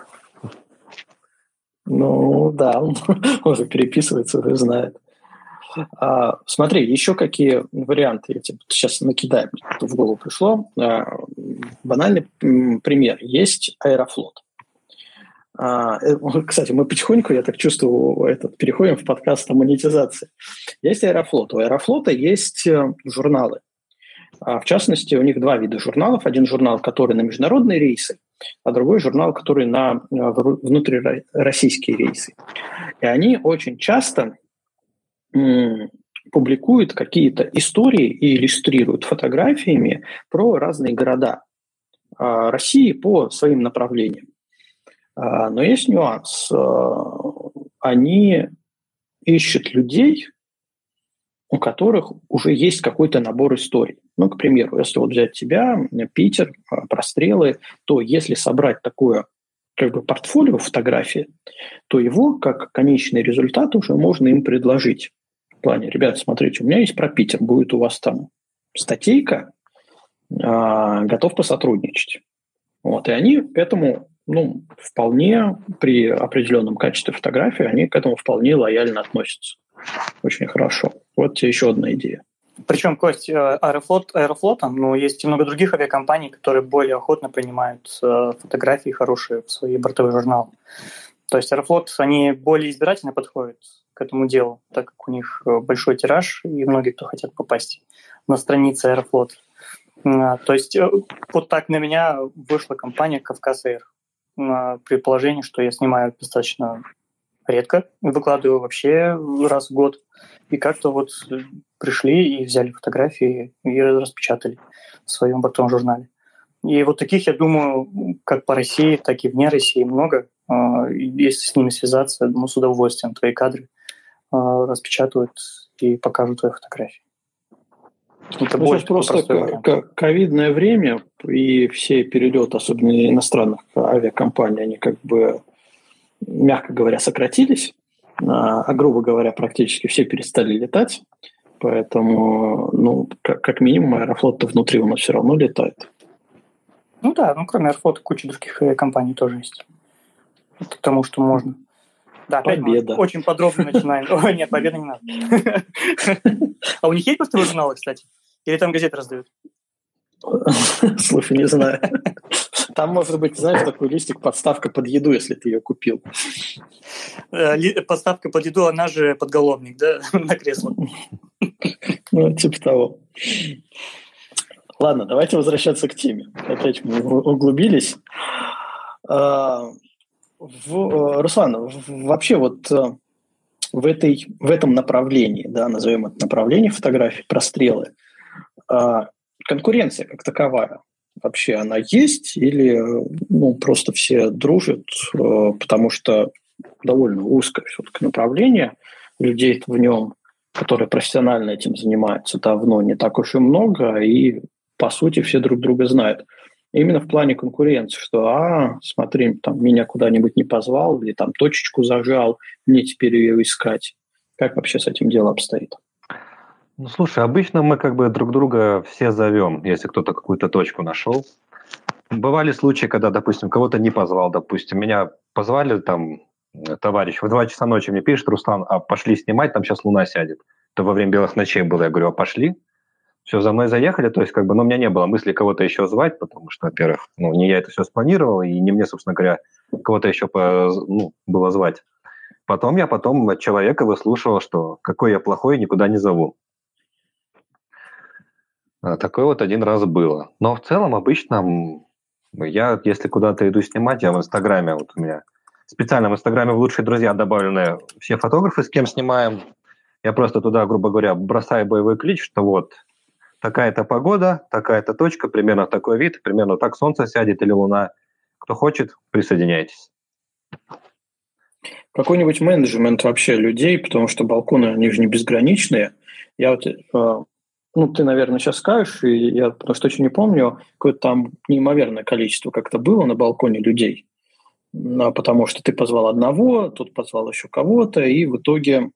Ну, да, он уже переписывается, уже знает. Смотри, еще какие варианты я тебе сейчас накидаю, в голову пришло. Банальный пример. Есть Аэрофлот. Кстати, мы потихоньку, я так чувствую, переходим в подкаст о монетизации. Есть Аэрофлот. У Аэрофлота есть журналы. В частности, у них два вида журналов. Один журнал, который на международные рейсы, а другой журнал, который на внутрироссийские рейсы. И они очень часто публикуют какие-то истории и иллюстрируют фотографиями про разные города России по своим направлениям. Но есть нюанс. Они ищут людей, у которых уже есть какой-то набор историй. Ну, к примеру, если вот взять тебя, Питер, прострелы, то если собрать такое как бы портфолио фотографии, то его как конечный результат уже можно им предложить. В плане, ребята, смотрите, у меня есть про Питер, будет у вас там статейка, готов посотрудничать. Вот, и они к этому, ну, вполне при определенном качестве фотографии, они к этому вполне лояльно относятся. Очень хорошо. Вот тебе еще одна идея. Причем, Кость, Аэрофлотом, но есть и много других авиакомпаний, которые более охотно принимают фотографии хорошие в свои бортовые журналы. То есть Аэрофлот, они более избирательно подходят к этому делу, так как у них большой тираж, и многие, кто хотят попасть на страницы Аэрофлот. То есть вот так на меня вышла компания «Кавказ Эйр». При положении, что я снимаю достаточно редко, выкладываю вообще раз в год. И как-то вот пришли и взяли фотографии и распечатали в своем бортовом журнале. И вот таких, я думаю, как по России, так и вне России много. Если с ними связаться, я думаю, с удовольствием твои кадры распечатают и покажут твои фотографии. Это сейчас просто ковидное время, и все перелеты, особенно иностранных авиакомпаний, они как бы, мягко говоря, сократились, а грубо говоря, практически все перестали летать. Поэтому, ну, как минимум, Аэрофлот-то внутри у нас все равно летает. Ну да, кроме Аэрофлота куча других компаний тоже есть. Это к тому, что можно. Да, Победа. Опять очень подробно начинаем. Ой, нет, Победа не надо. А у них есть просто журналы, кстати? Или там газеты раздают? Слушай, не знаю. Там может быть, знаешь, такой листик подставка под еду, если ты ее купил. Подставка под еду, она же подголовник, да, на кресло. Ну, типа того. Ладно, давайте возвращаться к теме. Опять мы углубились. Руслан, вообще вот в этом направлении, да, назовем это направление фотографии, прострелы, конкуренция как таковая вообще она есть или просто все дружат, потому что довольно узкое все-таки направление, людей в нем, которые профессионально этим занимаются давно, не так уж и много, и по сути все друг друга знают. Именно в плане конкуренции, что, смотри, там меня куда-нибудь не позвал, или там точечку зажал, мне теперь ее искать. Как вообще с этим дело обстоит? Ну, слушай, обычно мы как бы друг друга все зовем, если кто-то какую-то точку нашел. Бывали случаи, когда, допустим, кого-то не позвал, допустим, меня позвали, там, товарищ, в 2 часа ночи мне пишет: Руслан, а пошли снимать, там сейчас луна сядет. Это во время белых ночей было, я говорю, а пошли? Все, за мной заехали, то есть как бы, у меня не было мысли кого-то еще звать, потому что, во-первых, не я это все спланировал, и не мне, собственно говоря, кого-то еще было звать. Потом от человека выслушивал, что какой я плохой, никуда не зову. Такое вот один раз было. Но в целом обычно я, если куда-то иду снимать, я в Инстаграме, вот у меня специально в Инстаграме в лучшие друзья добавлены все фотографы, с кем снимаем. Я просто туда, грубо говоря, бросаю боевой клич, что вот такая-то погода, такая-то точка, примерно такой вид, примерно так солнце сядет или луна. Кто хочет, присоединяйтесь. Какой-нибудь менеджмент вообще людей, потому что балконы, они же не безграничные. Я вот, ты, наверное, сейчас скажешь, и я потому что очень не помню, какое-то там неимоверное количество как-то было на балконе людей. Потому что ты позвал одного, тут позвал еще кого-то, и в итоге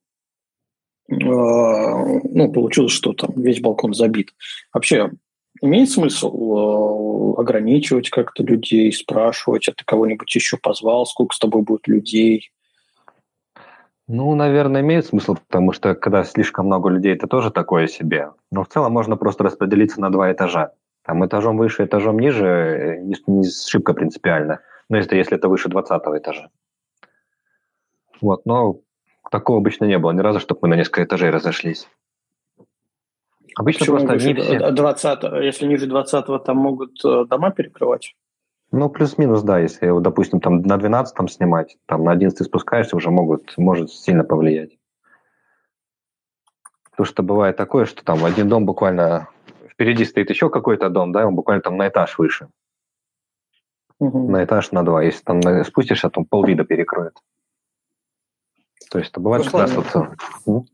получилось, что там весь балкон забит. Вообще, имеет смысл ограничивать как-то людей, спрашивать, а ты кого-нибудь еще позвал, сколько с тобой будет людей? Наверное, имеет смысл, потому что когда слишком много людей, это тоже такое себе. Но в целом можно просто распределиться на 2 этажа. Там этажом выше, этажом ниже не шибко принципиально. Но если это выше 20 этажа. Вот, но такого обычно не было ни разу, чтобы мы на несколько этажей разошлись. Обычно почему просто выше не все. 20, если ниже 20-го, там могут дома перекрывать? Плюс-минус, да. Если, допустим, там на 12-м снимать, там на 11 спускаешься, уже может сильно повлиять. Потому что бывает такое, что там один дом буквально... Впереди стоит еще какой-то дом, да, он буквально там на этаж выше. Угу. На этаж, на 2. Если там спустишься, там полвида перекроет. То есть это бывает всегда социально.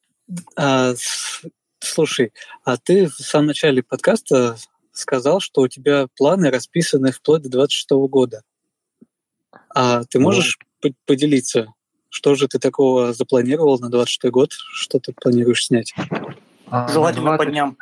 Слушай, а ты в самом начале подкаста сказал, что у тебя планы расписаны вплоть до 26-го года. А ты можешь поделиться, что же ты такого запланировал на 26-й год? Что ты планируешь снять? Желательно по дням.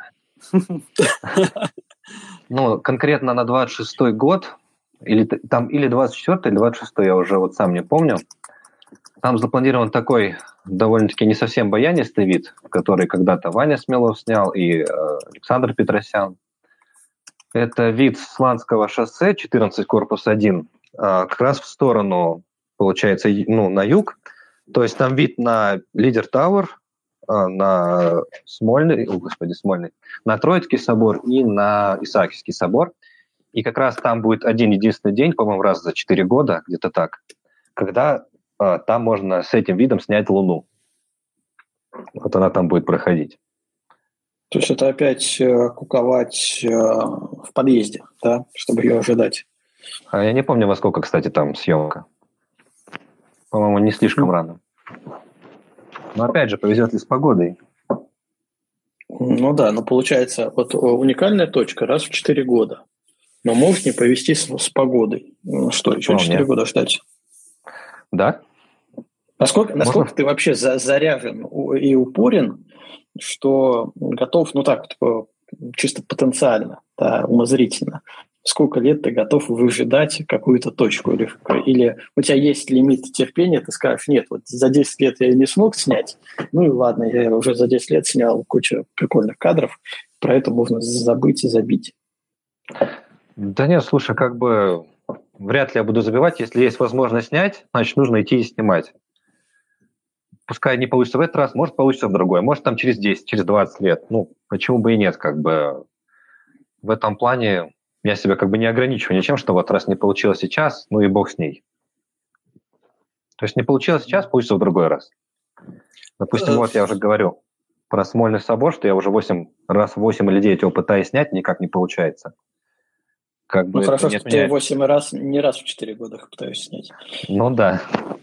Конкретно на 26-й год, или 24-й, или 26-й, я уже сам не помню. Там запланирован такой довольно-таки не совсем баянистый вид, который когда-то Ваня Смелов снял и Александр Петросян. Это вид с Сланского шоссе, 14, корпус 1, как раз в сторону, получается, на юг. То есть там вид на Лидер Тауэр, на Смольный, на Троицкий собор и на Исаакиевский собор. И как раз там будет один единственный день, по-моему, раз за 4 года, где-то так, когда там можно с этим видом снять Луну. Вот она там будет проходить. То есть это опять куковать в подъезде, да, чтобы ее ожидать. А я не помню, во сколько, кстати, там съемка. По-моему, не слишком рано. Но опять же, повезет ли с погодой? Ну да, но получается, вот уникальная точка раз в 4 года. Но может не повезти с погодой. Что, еще 4 года ждать? Да. Насколько ты вообще заряжен и упорен, что готов, ну так, чисто потенциально, да, умозрительно, сколько лет ты готов выжидать какую-то точку? Или у тебя есть лимит терпения, ты скажешь, нет, вот за 10 лет я не смог снять, ну и ладно, я уже за 10 лет снял кучу прикольных кадров, про это можно забыть и забить. Да нет, слушай, как бы вряд ли я буду забивать. Если есть возможность снять, значит, нужно идти и снимать. Пускай не получится в этот раз, может, получится в другой. Может, там через 10, через 20 лет. Ну, почему бы и нет, как бы. В этом плане я себя как бы не ограничиваю ничем, что вот раз не получилось сейчас, ну и бог с ней. То есть не получилось сейчас, получится в другой раз. Допустим, вот я уже говорю про Смольный собор, что я уже 8 или 9 его пытаюсь снять, никак не получается. Как бы хорошо, что ты 8 раз, не раз в 4 года пытаюсь снять. Ну да.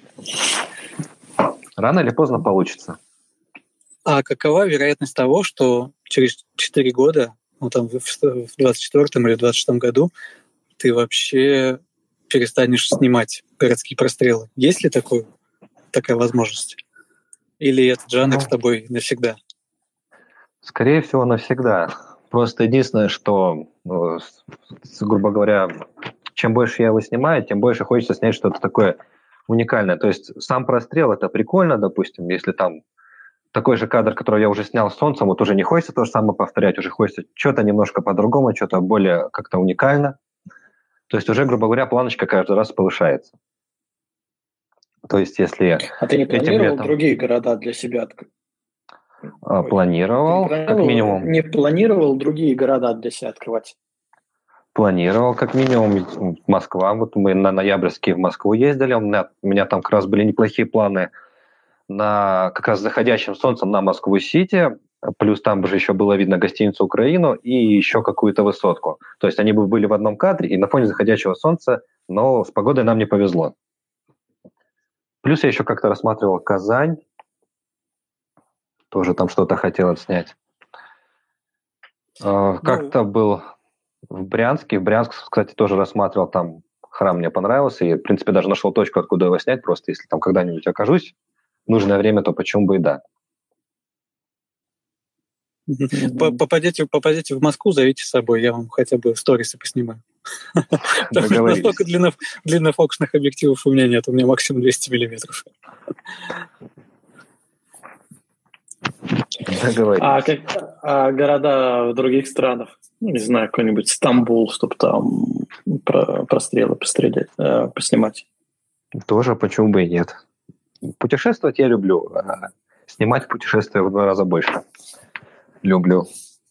Рано или поздно получится. А какова вероятность того, что через 4 года, ну там в 24-м или 26-м году, ты вообще перестанешь снимать городские прострелы? Есть ли такая возможность? Или этот жанр с тобой навсегда? Скорее всего, навсегда. Просто единственное, что, грубо говоря, чем больше я его снимаю, тем больше хочется снять что-то такое уникальное. То есть сам прострел – это прикольно, допустим, если там такой же кадр, который я уже снял с солнцем, вот уже не хочется то же самое повторять, уже хочется что-то немножко по-другому, что-то более как-то уникально. То есть уже, грубо говоря, планочка каждый раз повышается. То есть если... А ты не планировал другие города для себя открыть? Планировал, как минимум. Не планировал другие города для себя открывать? Планировал, как минимум. Москва. Вот мы на ноябрьские в Москву ездили. У меня там как раз были неплохие планы на как раз заходящим солнцем на Москву-Сити. Плюс там же еще было видно гостиницу «Украину» и еще какую-то высотку. То есть они бы были в одном кадре и на фоне заходящего солнца, но с погодой нам не повезло. Плюс я еще как-то рассматривал Казань. Тоже там что-то хотел отснять. Как-то был в Брянске. В Брянск, кстати, тоже рассматривал. Там храм мне понравился. И, в принципе, даже нашел точку, откуда его снять. Просто если там когда-нибудь окажусь в нужное время, то почему бы и да. Попадете в Москву, зовите с собой. Я вам хотя бы сторисы поснимаю. Настолько длиннофокусных объективов у меня нет. У меня максимум 200 миллиметров. А города в других странах? Не знаю, какой-нибудь Стамбул, чтобы там прострелы поснимать. Тоже почему бы и нет. Путешествовать я люблю. Снимать путешествия в 2 раза больше. Люблю.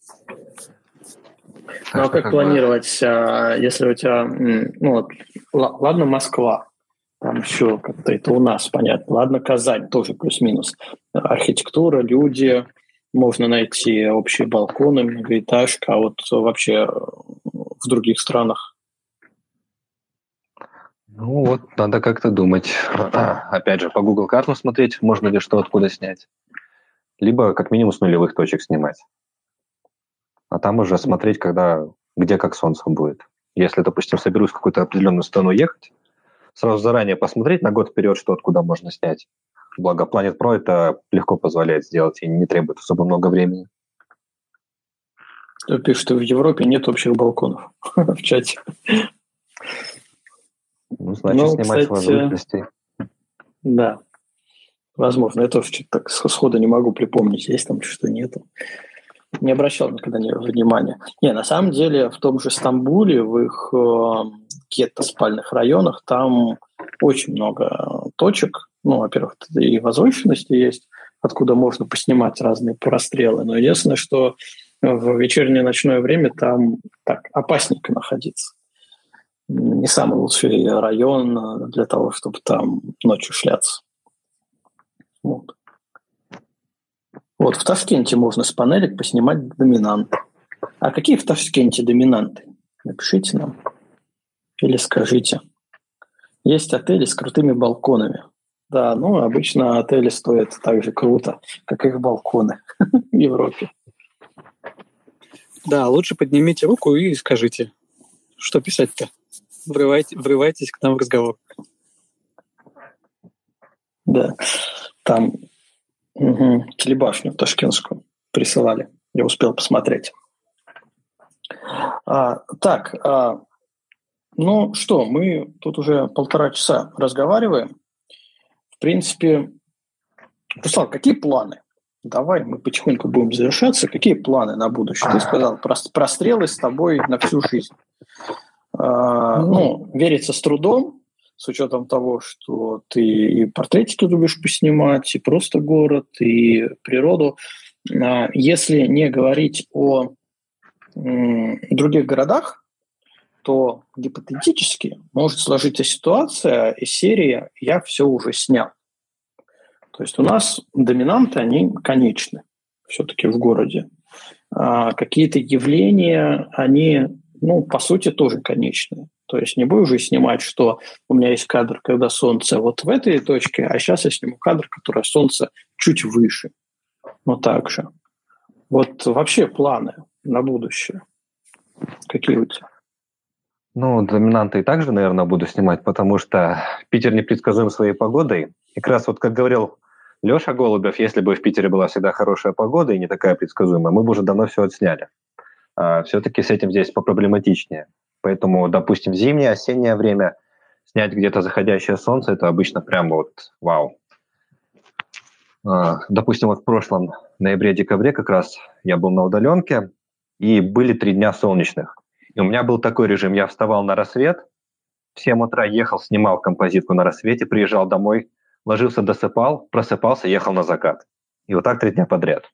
Ну, а как планировать, если у тебя... ладно, Москва. Там еще как-то это у нас, понятно. Ладно, Казань тоже плюс-минус. Архитектура, люди, можно найти общие балконы, многоэтажка, а вот вообще в других странах. Ну вот, надо как-то думать. Опять же, по Google картам смотреть, можно ли что откуда снять. Либо как минимум с нулевых точек снимать. А там уже смотреть, где как солнце будет. Если, допустим, соберусь в какую-то определенную страну ехать, сразу заранее посмотреть на год вперед, что откуда можно снять. Благо, Planet Pro это легко позволяет сделать и не требует особо много времени. Кто пишет, что в Европе нет общих балконов в чате. Ну, значит, снимать с возможностей. Да, возможно. Я тоже что-то так сходу не могу припомнить, есть там что-то нету. Не обращал никогда внимания. На самом деле, в том же Стамбуле, в их гетто-спальных районах, там очень много точек, Ну, во-первых, и возвышенности есть, откуда можно поснимать разные прострелы. Но единственное, что в вечернее ночное время там так опасненько находиться. Не самый лучший район для того, чтобы там ночью шляться. Вот. Вот в Ташкенте можно с панелек поснимать доминанты. А какие в Ташкенте доминанты? Напишите нам или скажите. Есть отели с крутыми балконами. Да, ну обычно отели стоят так же круто, как их балконы в Европе. Да, лучше поднимите руку и скажите, что писать-то. Врывайтесь к нам в разговор. Да, там телебашню ташкентскую присылали. Я успел посмотреть. Ну что, мы тут уже 1,5 часа разговариваем. В принципе, Руслан, какие планы? Давай мы потихоньку будем завершаться. Какие планы на будущее? Ты сказал, прострелы с тобой на всю жизнь. Верится с трудом, с учетом того, что ты и портретики любишь поснимать, и просто город, и природу. Если не говорить о других городах, то гипотетически может сложиться ситуация из серии «я все уже снял». То есть у нас доминанты, они конечны все-таки в городе. Какие-то явления, они, по сути, тоже конечные. То есть не буду уже снимать, что у меня есть кадр, когда солнце вот в этой точке, а сейчас я сниму кадр, который солнце чуть выше. Так же. Вот вообще планы на будущее. Какие у тебя? Доминанты и также, наверное, буду снимать, потому что Питер непредсказуем своей погодой. И как раз как говорил Леша Голубев, если бы в Питере была всегда хорошая погода и не такая предсказуемая, мы бы уже давно все отсняли. Все-таки с этим здесь попроблематичнее. Поэтому, допустим, зимнее, осеннее время снять где-то заходящее солнце, это обычно прям вау. Допустим, в прошлом ноябре-декабре как раз я был на удаленке, и были 3 дня солнечных. И у меня был такой режим, я вставал на рассвет, в 7 утра ехал, снимал композитку на рассвете, приезжал домой, ложился, досыпал, просыпался, ехал на закат. И вот так 3 дня подряд.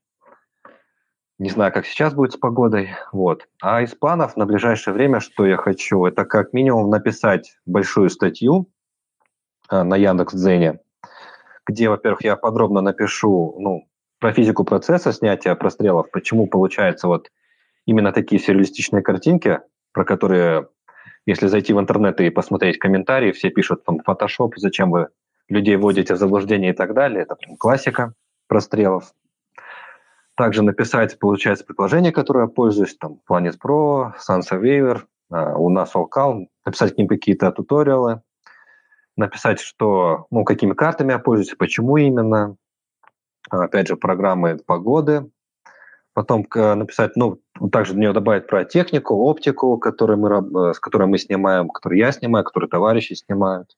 Не знаю, как сейчас будет с погодой. А из планов на ближайшее время, что я хочу, это как минимум написать большую статью на Яндекс.Дзене, где, во-первых, я подробно напишу про физику процесса снятия прострелов, почему получается именно такие сюрреалистичные картинки, про которые, если зайти в интернет и посмотреть комментарии, все пишут Photoshop, зачем вы людей вводите в заблуждение и так далее. Это прям классика прострелов. Также написать, получается, предложение, которое я пользуюсь, Planet Pro, SunSurveyor, у нас Allcal, написать к ним какие-то туториалы, написать, какими картами я пользуюсь, почему именно, опять же, программы погоды, потом написать, также до нее добавить про технику, оптику, с которой мы снимаем, которую я снимаю, которую товарищи снимают.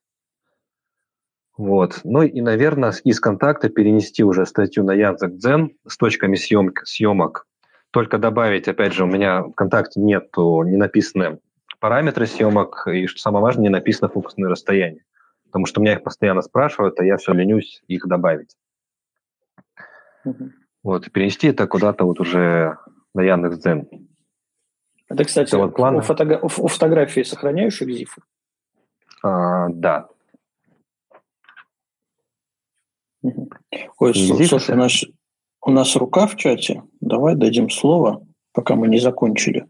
И, наверное, из контакта перенести уже статью на Яндекс.Дзен с точками съемок. Только добавить, опять же, у меня в контакте не написаны параметры съемок, и, что самое важное, не написано фокусное расстояние. Потому что меня их постоянно спрашивают, а я все ленюсь их добавить. И перенести это куда-то уже на Яндекс.Дзен. Это, кстати, у фотографии сохраняешь экзифы? Да. Ой, слушай, у нас рука в чате. Давай дадим слово, пока мы не закончили.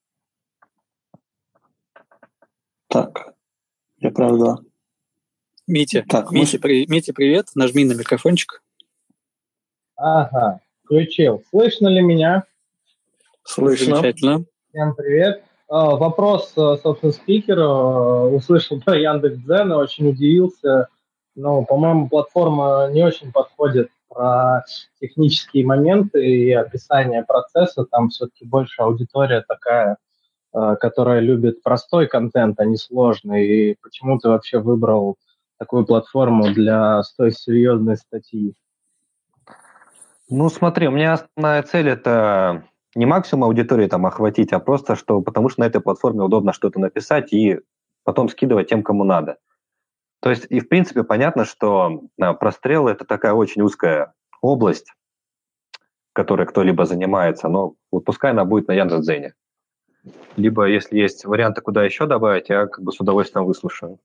Так, я правда... Митя, привет. Нажми на микрофончик. Ага, включил. Слышно ли меня? Слышно. Замечательно. Всем привет. Вопрос, собственно, спикера. Услышал про Яндекс.Дзен и очень удивился. По-моему, платформа не очень подходит про технические моменты и описание процесса. Там все-таки больше аудитория такая, которая любит простой контент, а не сложный. И почему ты вообще выбрал такую платформу для столь серьезной статьи? Смотри, у меня основная цель – это не максимум аудитории охватить, а просто потому что на этой платформе удобно что-то написать и потом скидывать тем, кому надо. То есть, и в принципе понятно, что прострелы – это такая очень узкая область, которой кто-либо занимается, но вот пускай она будет на Яндекс.Дзене. Либо, если есть варианты, куда еще добавить, я как бы с удовольствием выслушаю.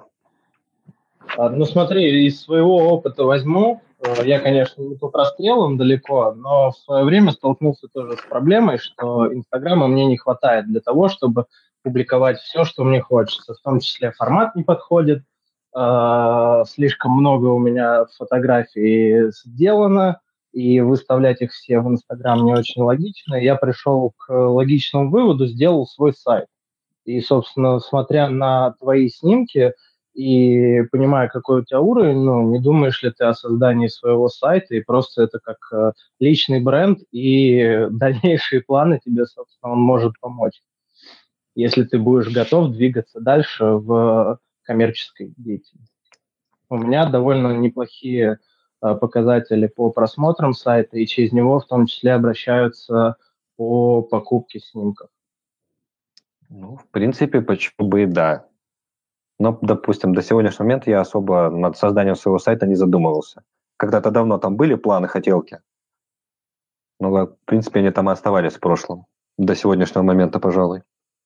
Ну, смотри, из своего опыта возьму. Я, конечно, не по прострелам далеко, но в свое время столкнулся тоже с проблемой, что Инстаграма мне не хватает для того, чтобы публиковать все, что мне хочется. В том числе формат не подходит, слишком много у меня фотографий сделано, и выставлять их все в Инстаграм не очень логично. Я пришел к логичному выводу, сделал свой сайт. И, собственно, смотря на твои снимки и понимая, какой у тебя уровень, ну, не думаешь ли ты о создании своего сайта, и просто это как личный бренд, и дальнейшие планы тебе, собственно, он может помочь, если ты будешь готов двигаться дальше в коммерческой деятельности. У меня довольно неплохие показатели по просмотрам сайта, и через него в том числе обращаются по покупке снимков. Ну, в принципе, почему бы и да. Но, допустим, до сегодняшнего момента я особо над созданием своего сайта не задумывался. Когда-то давно там были планы, хотелки. Но, в принципе, они там и оставались в прошлом. До сегодняшнего момента, пожалуй.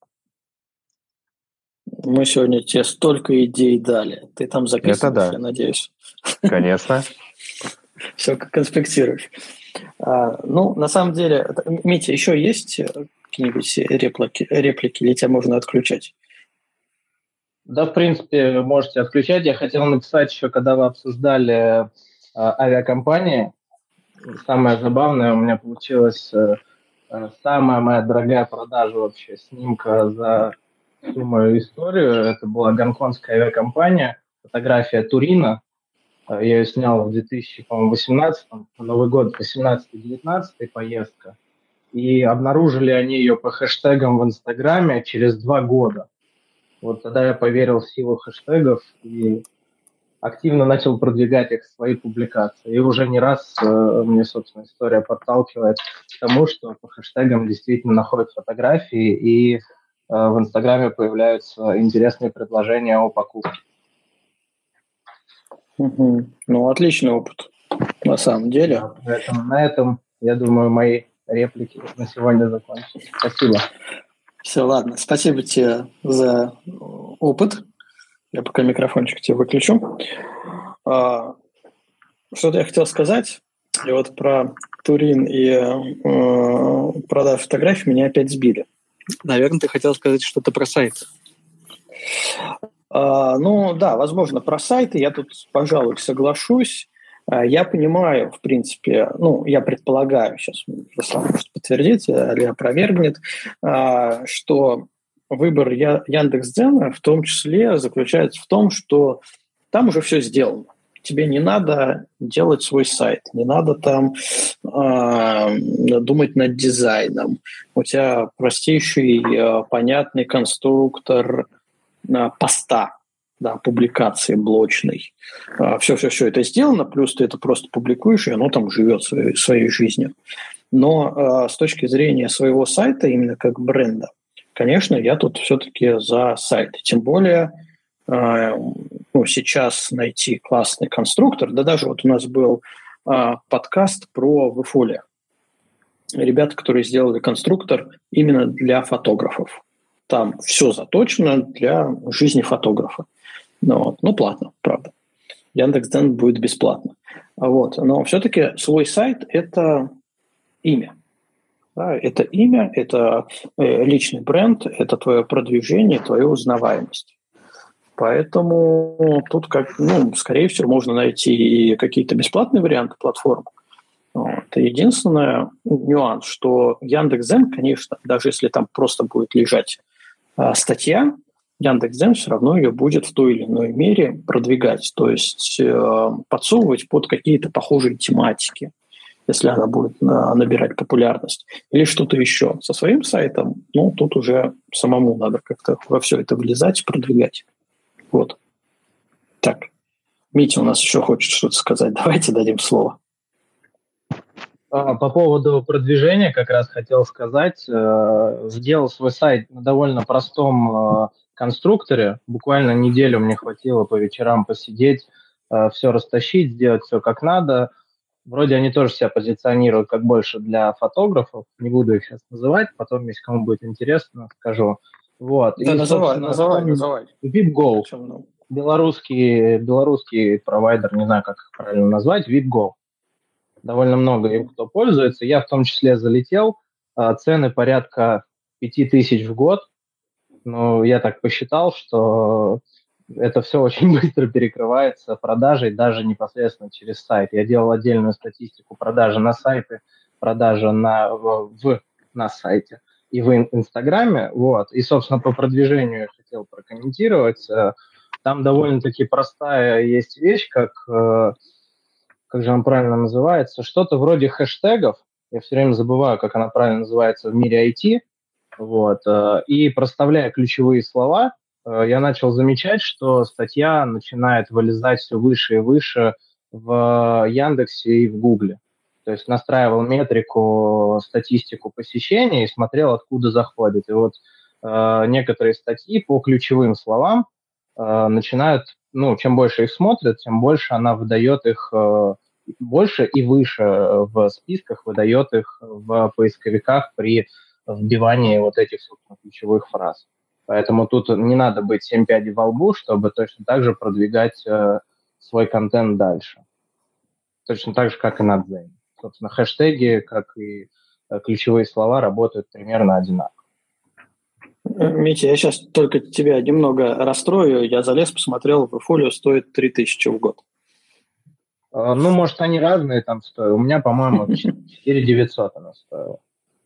Мы сегодня тебе столько идей дали. Ты там записываешь, Это да. Я надеюсь. Конечно. Все как конспектируешь. Ну, на самом деле, Митя, еще есть какие-нибудь реплики, или тебя можно отключать? Да, в принципе, можете отключать. Я хотел написать еще, когда вы обсуждали авиакомпании. Самое забавное, у меня получилась самая моя дорогая продажа вообще снимка за всю мою историю. Это была гонконгская авиакомпания, фотография Турина. Я ее снял в 2018-м, Новый год, 18-19 поездка. И обнаружили они ее по хэштегам в Инстаграме через 2 года. Вот тогда я поверил в силу хэштегов и активно начал продвигать их в свои публикации. И уже не раз мне, собственно, история подталкивает к тому, что по хэштегам действительно находят фотографии, и в Инстаграме появляются интересные предложения о покупке. Угу. Ну, отличный опыт, на самом деле. Да, поэтому на этом, я думаю, мои реплики на сегодня закончились. Спасибо. Все, ладно. Спасибо тебе за опыт. Я пока микрофончик тебе выключу. Что-то я хотел сказать. И вот про Турин и продажу фотографий меня опять сбили. Наверное, ты хотел сказать что-то про сайт. Ну да, возможно, про сайты. Я тут, пожалуй, соглашусь. Я понимаю, в принципе, ну, я предполагаю, сейчас Руслан может подтвердить или опровергнет, что выбор Яндекс.Дзена в том числе заключается в том, что там уже все сделано. Тебе не надо делать свой сайт, не надо там думать над дизайном. У тебя простейший, понятный конструктор поста, да, публикации блочной. Все это сделано, плюс ты это просто публикуешь, и оно там живет своей жизнью. Но с точки зрения своего сайта, именно как бренда, конечно, я тут все-таки за сайт. Тем более сейчас найти классный конструктор, да даже вот у нас был подкаст про Вифолия. Ребята, которые сделали конструктор именно для фотографов. Там все заточено для жизни фотографа. Ну, платно, правда. Яндекс.Дзен будет бесплатно. Но все-таки свой сайт – это имя. Да, это имя, это личный бренд, это твое продвижение, твоя узнаваемость. Поэтому тут, скорее всего, можно найти и какие-то бесплатные варианты платформ. Единственное нюанс, что Яндекс.Дзен, конечно, даже если там просто будет лежать статья, Яндекс.Дзен все равно ее будет в той или иной мере продвигать, то есть подсовывать под какие-то похожие тематики, если она будет набирать популярность, или что-то еще. Со своим сайтом, тут уже самому надо как-то во все это влезать и продвигать. Вот. Так, Митя у нас еще хочет что-то сказать. Давайте дадим слово. По поводу продвижения как раз хотел сказать. Сделал свой сайт на довольно простом конструкторе. Буквально неделю мне хватило по вечерам посидеть, все растащить, сделать все как надо. Вроде они тоже себя позиционируют как больше для фотографов. Не буду их сейчас называть, потом, если кому будет интересно, скажу. Вот. Да, И, называй. VipGo. Белорусский провайдер, не знаю, как их правильно назвать, VipGo. Довольно много им кто пользуется. Я в том числе залетел. Цены порядка 5000 в год. Но я так посчитал, что это все очень быстро перекрывается продажей даже непосредственно через сайт. Я делал отдельную статистику продажи на сайты, продажи на сайте и в Инстаграме. Вот. И, собственно, по продвижению я хотел прокомментировать. Там довольно-таки простая есть вещь, как же она правильно называется, что-то вроде хэштегов. Я все время забываю, как она правильно называется в мире IT. Вот. И проставляя ключевые слова, я начал замечать, что статья начинает вылезать все выше и выше в Яндексе и в Гугле. То есть настраивал метрику, статистику посещений и смотрел, откуда заходит. И вот некоторые статьи по ключевым словам начинают, чем больше их смотрят, тем больше она выдает их, больше и выше в списках выдает их в поисковиках при вбивании вот этих, собственно, ключевых фраз. Поэтому тут не надо быть 7 пядей во лбу, чтобы точно так же продвигать свой контент дальше. Точно так же, как и на Дзене. Собственно, хэштеги, как и ключевые слова, работают примерно одинаково. Митя, я сейчас только тебя немного расстрою. Я залез, посмотрел, Webfolio стоит 3000 в год. Может, они разные там стоят. У меня, по-моему, 4900 она стоила.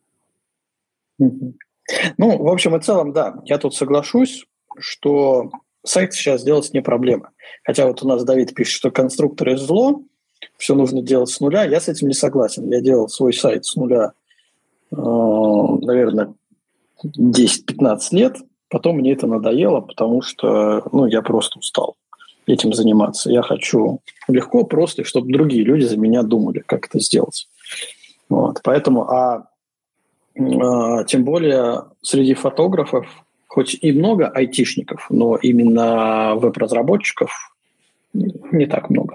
В общем и целом, да, я тут соглашусь, что сайт сейчас сделать не проблема. Хотя вот у нас Давид пишет, что конструкторы зло, все нужно делать с нуля. Я с этим не согласен. Я делал свой сайт с нуля, наверное, 10-15 лет. Потом мне это надоело, потому что я просто устал этим заниматься. Я хочу легко, просто, чтобы другие люди за меня думали, как это сделать. Вот. Поэтому, тем более среди фотографов, хоть и много айтишников, но именно веб-разработчиков не так много.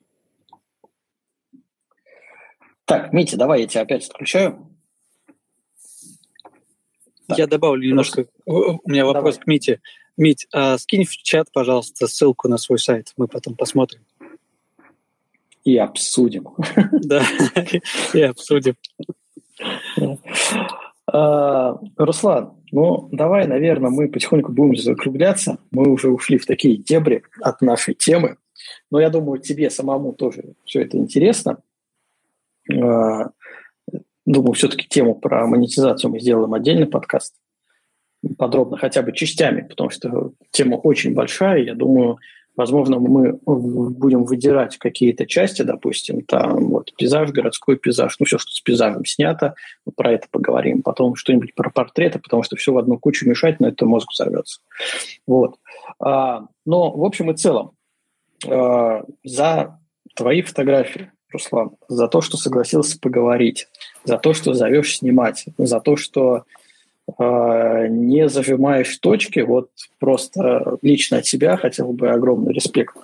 Так, Митя, давай я тебя опять отключаю. Так. Я добавлю немножко. У меня вопрос к Мите. Мить, скинь в чат, пожалуйста, ссылку на свой сайт. Мы потом посмотрим. И обсудим. Да, и обсудим. Руслан, давай, наверное, мы потихоньку будем закругляться. Мы уже ушли в такие дебри от нашей темы. Но я думаю, тебе самому тоже все это интересно. Думаю, все-таки тему про монетизацию мы сделаем отдельный подкаст. Подробно, хотя бы частями, потому что тема очень большая. Я думаю, возможно, мы будем выдирать какие-то части, допустим, там вот пейзаж, городской пейзаж, все, что с пейзажем снято, про это поговорим. Потом что-нибудь про портреты, потому что все в одну кучу мешать, но это мозг взорвется. Вот. Но, в общем и целом, за твои фотографии, Руслан, за то, что согласился поговорить, за то, что зовешь снимать, за то, что не зажимаешь точки, вот просто лично от себя хотел бы огромный респект,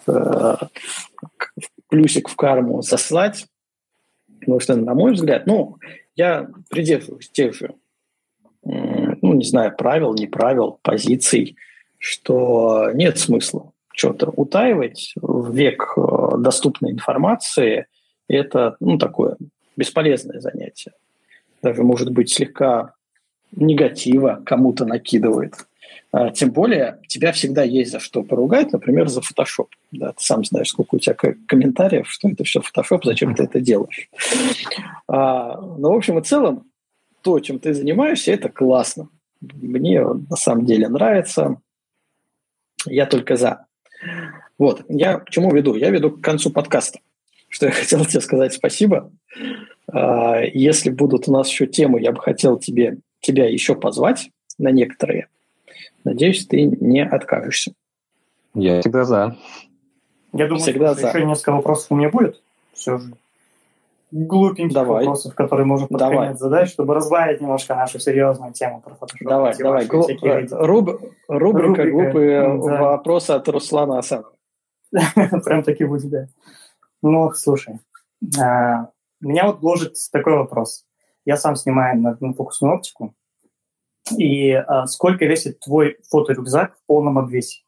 плюсик в карму заслать, потому что, на мой взгляд, я придерживаюсь тех же, не знаю, правил, не правил, позиций, что нет смысла что-то утаивать в век доступной информации. Это, такое бесполезное занятие. Даже, может быть, слегка негатива кому-то накидывает. Тем более, тебя всегда есть за что поругать, например, за Photoshop. Да, ты сам знаешь, сколько у тебя комментариев, что это все Photoshop, зачем ты это делаешь. Но, в общем и целом, то, чем ты занимаешься, это классно. Мне на самом деле нравится. Я только за. Вот, я к чему веду? Я веду к концу подкаста. Что я хотел тебе сказать спасибо. Если будут у нас еще темы, я бы хотел тебя еще позвать на некоторые. Надеюсь, ты не откажешься. Я всегда за. Я думаю, всегда что еще несколько вопросов у меня будет. Все же. глупеньких вопросов, которые можно под конец задать, чтобы разбавить немножко нашу серьезную тему про фотошоп. Давай. Рубрика «Глупые вопросы» от Руслана Асанова. Прям таки будет, да. Ну, слушай, меня вот гложет такой вопрос. Я сам снимаю на фокусную оптику. И сколько весит твой фоторюкзак в полном обвесе?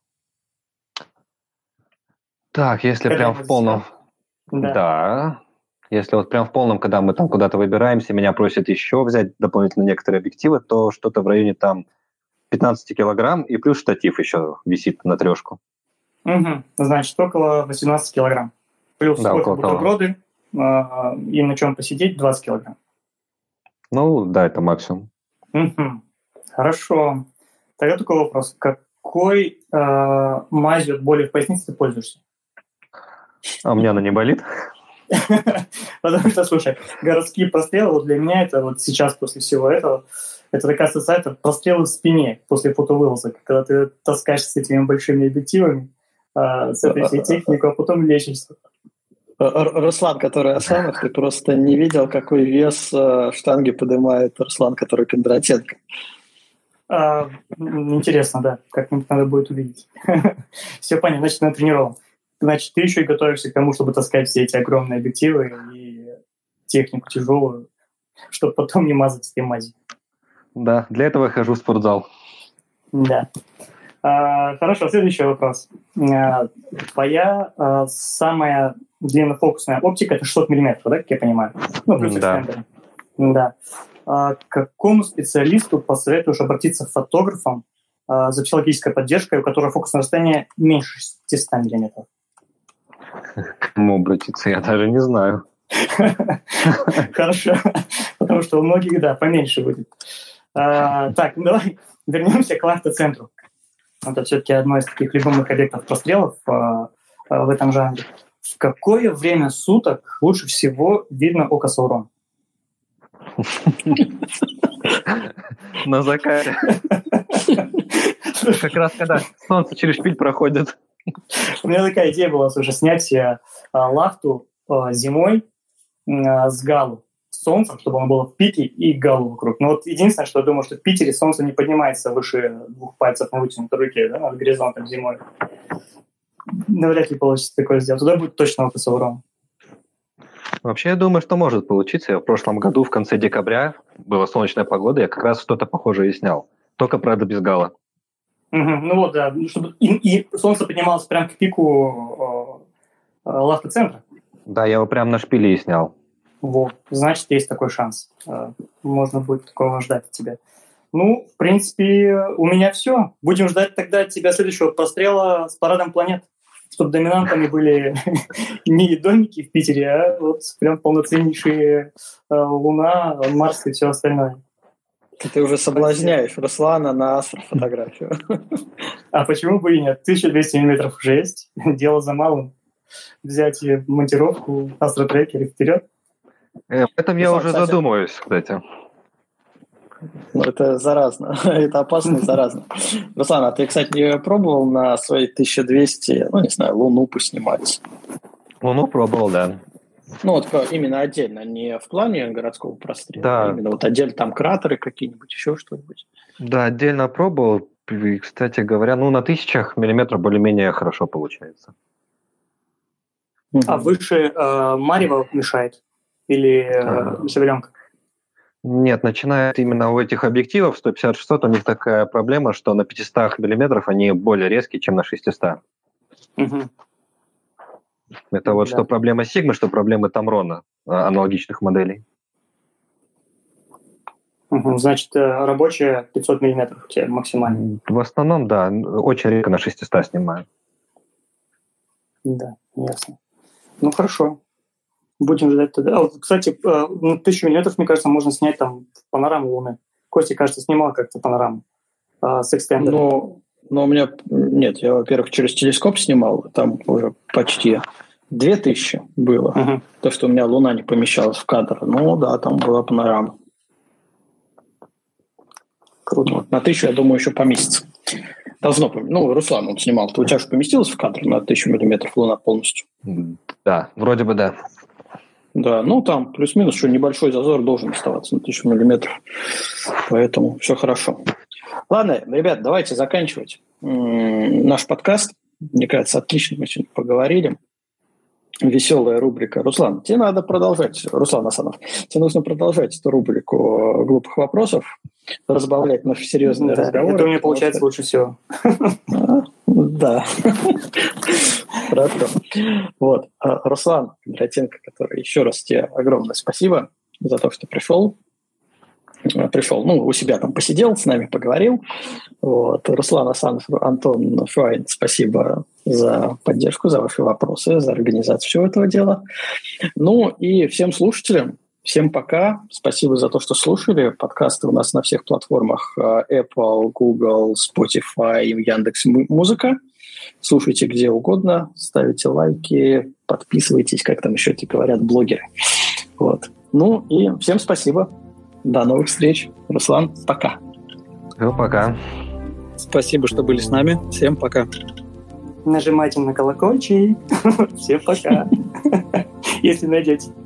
Так, если прям в полном... Да. Если вот прям в полном, когда мы там куда-то выбираемся, меня просят еще взять дополнительно некоторые объективы, то что-то в районе там 15 килограмм, и плюс штатив еще висит на 3. Угу. Значит, около 18 килограмм. Плюс сколько бутерброды и на чем посидеть 20 килограмм. Ну, да, это максимум. Угу. Хорошо. Тогда такой вопрос. Какой мазью от боли в пояснице ты пользуешься? А у меня она не болит? Потому что, слушай, городские прострелы, вот для меня это вот сейчас после всего этого, это такая ассоциация прострелы в спине после фотовылазок, когда ты таскаешься с этими большими объективами, с этой всей техникой, а потом лечишься. Руслан, который Асанов, ты просто не видел, какой вес штанги поднимает Руслан, который Кондратенко. Интересно, да. Как-нибудь надо будет увидеть. Все понятно, значит, натренирован. Значит, ты еще и готовишься к тому, чтобы таскать все эти огромные объективы и технику тяжелую, чтобы потом не мазать этой мазью. Да, для этого я хожу в спортзал. Да. Хорошо, следующий вопрос. Твоя самая длиннофокусная оптика – это 600 мм, да, как я понимаю? Ну, плюс экстендеры. Да. К какому специалисту посоветуешь обратиться фотографом за психологической поддержкой, у которого фокусное расстояние меньше 600 мм? К кому обратиться, я даже не знаю. Хорошо, потому что у многих, да, поменьше будет. Так, давай вернемся к лахта-центру. Это все-таки одно из таких любимых объектов прострелов в этом жанре. В какое время суток лучше всего видно око Саурона? На закате. Как раз когда солнце через шпиль проходит. У меня такая идея была, слушай, снять лахту зимой с галу, с солнцем, чтобы оно было в пике и галу вокруг. Но вот единственное, что я думаю, что в Питере солнце не поднимается выше 2 пальцев на вытянутой руке, да, над горизонтом зимой. Навряд ли получится такое сделать. Туда будет точно око Саурона. Вообще, я думаю, что может получиться. В прошлом году, в конце декабря, была солнечная погода, я как раз что-то похожее и снял. Только, правда, без гала. Ну вот, да. Чтобы и солнце поднималось прямо к пику лахта-центра. Да, я его прямо на шпиле и снял. Вот, значит, есть такой шанс. Можно будет такого ждать от тебя. Ну, в принципе, у меня все. Будем ждать тогда от тебя следующего прострела с парадом планет, чтобы доминантами были не домики в Питере, а вот прям полноценнейшие Луна, Марс и все остальное. Ты уже соблазняешь Руслана на астрофотографию. А почему бы и нет? 1200 мм уже есть. Дело за малым. Взять монтировку, астротрекер и вперед. В этом я уже задумываюсь, кстати. Ну, это заразно. Это опасно и заразно. Руслан, а ты, кстати, не пробовал на свои 1200, ну, не знаю, Луну поснимать? Луну пробовал, да. Ну, вот именно отдельно, не в плане городского прострела, да. А именно вот отдельно там кратеры какие-нибудь, еще что-нибудь. Да, отдельно пробовал. И, кстати говоря, ну, на 1000 миллиметров более-менее хорошо получается. А выше марево мешает? Или шевеленка? Нет, начинает именно у этих объективов 150-600, у них такая проблема, что на 500 миллиметров они более резкие, чем на 600. Угу. Это вот что проблема Сигмы, что проблемы Тамрона, аналогичных моделей. Угу. Значит, рабочая 500 миллиметров у тебя максимально? В основном, да. Очень редко на 600 снимаю. Да, ясно. Ну, хорошо. Будем ждать тогда. Кстати, 1000 миллиметров, мне кажется, можно снять там панораму Луны. Костя, кажется, снимал как-то панораму с экстендером. Но у меня... Нет, я, во-первых, через телескоп снимал. Там уже почти 2000 было. Угу. То, что у меня Луна не помещалась в кадр. Ну, да, там была панорама. Круто. Вот, на 1000, я думаю, еще поместится. Должно поместиться. Ну, Руслан, он снимал. У тебя же поместилось в кадр на 1000 миллиметров Луна полностью? Да, вроде бы да. Да, ну там плюс-минус еще небольшой зазор должен оставаться на 1000 миллиметров. Поэтому все хорошо. Ладно, ребят, давайте заканчивать наш подкаст. Мне кажется, отлично мы сегодня поговорили. Веселая рубрика. Руслан, тебе надо продолжать. Руслан Асанов, тебе нужно продолжать эту рубрику глупых вопросов, разбавлять наши серьезные разговоры. Это у меня получается лучше всего. Да. Хорошо. Вот. Руслан Кондратенко, который еще раз тебе огромное спасибо за то, что пришел, у себя там посидел, с нами поговорил. Вот. Руслан Асанов, Антон Швайн, спасибо за поддержку, за ваши вопросы, за организацию всего этого дела. Ну и всем слушателям, всем пока. Спасибо за то, что слушали. Подкасты у нас на всех платформах Apple, Google, Spotify, Яндекс.Музыка. Слушайте где угодно, ставите лайки, подписывайтесь, как там еще эти говорят блогеры. Вот. Ну и всем спасибо. До новых встреч. Руслан, пока. Пока. Спасибо, что были с нами. Всем пока. Нажимайте на колокольчик. Всем пока. Если найдете.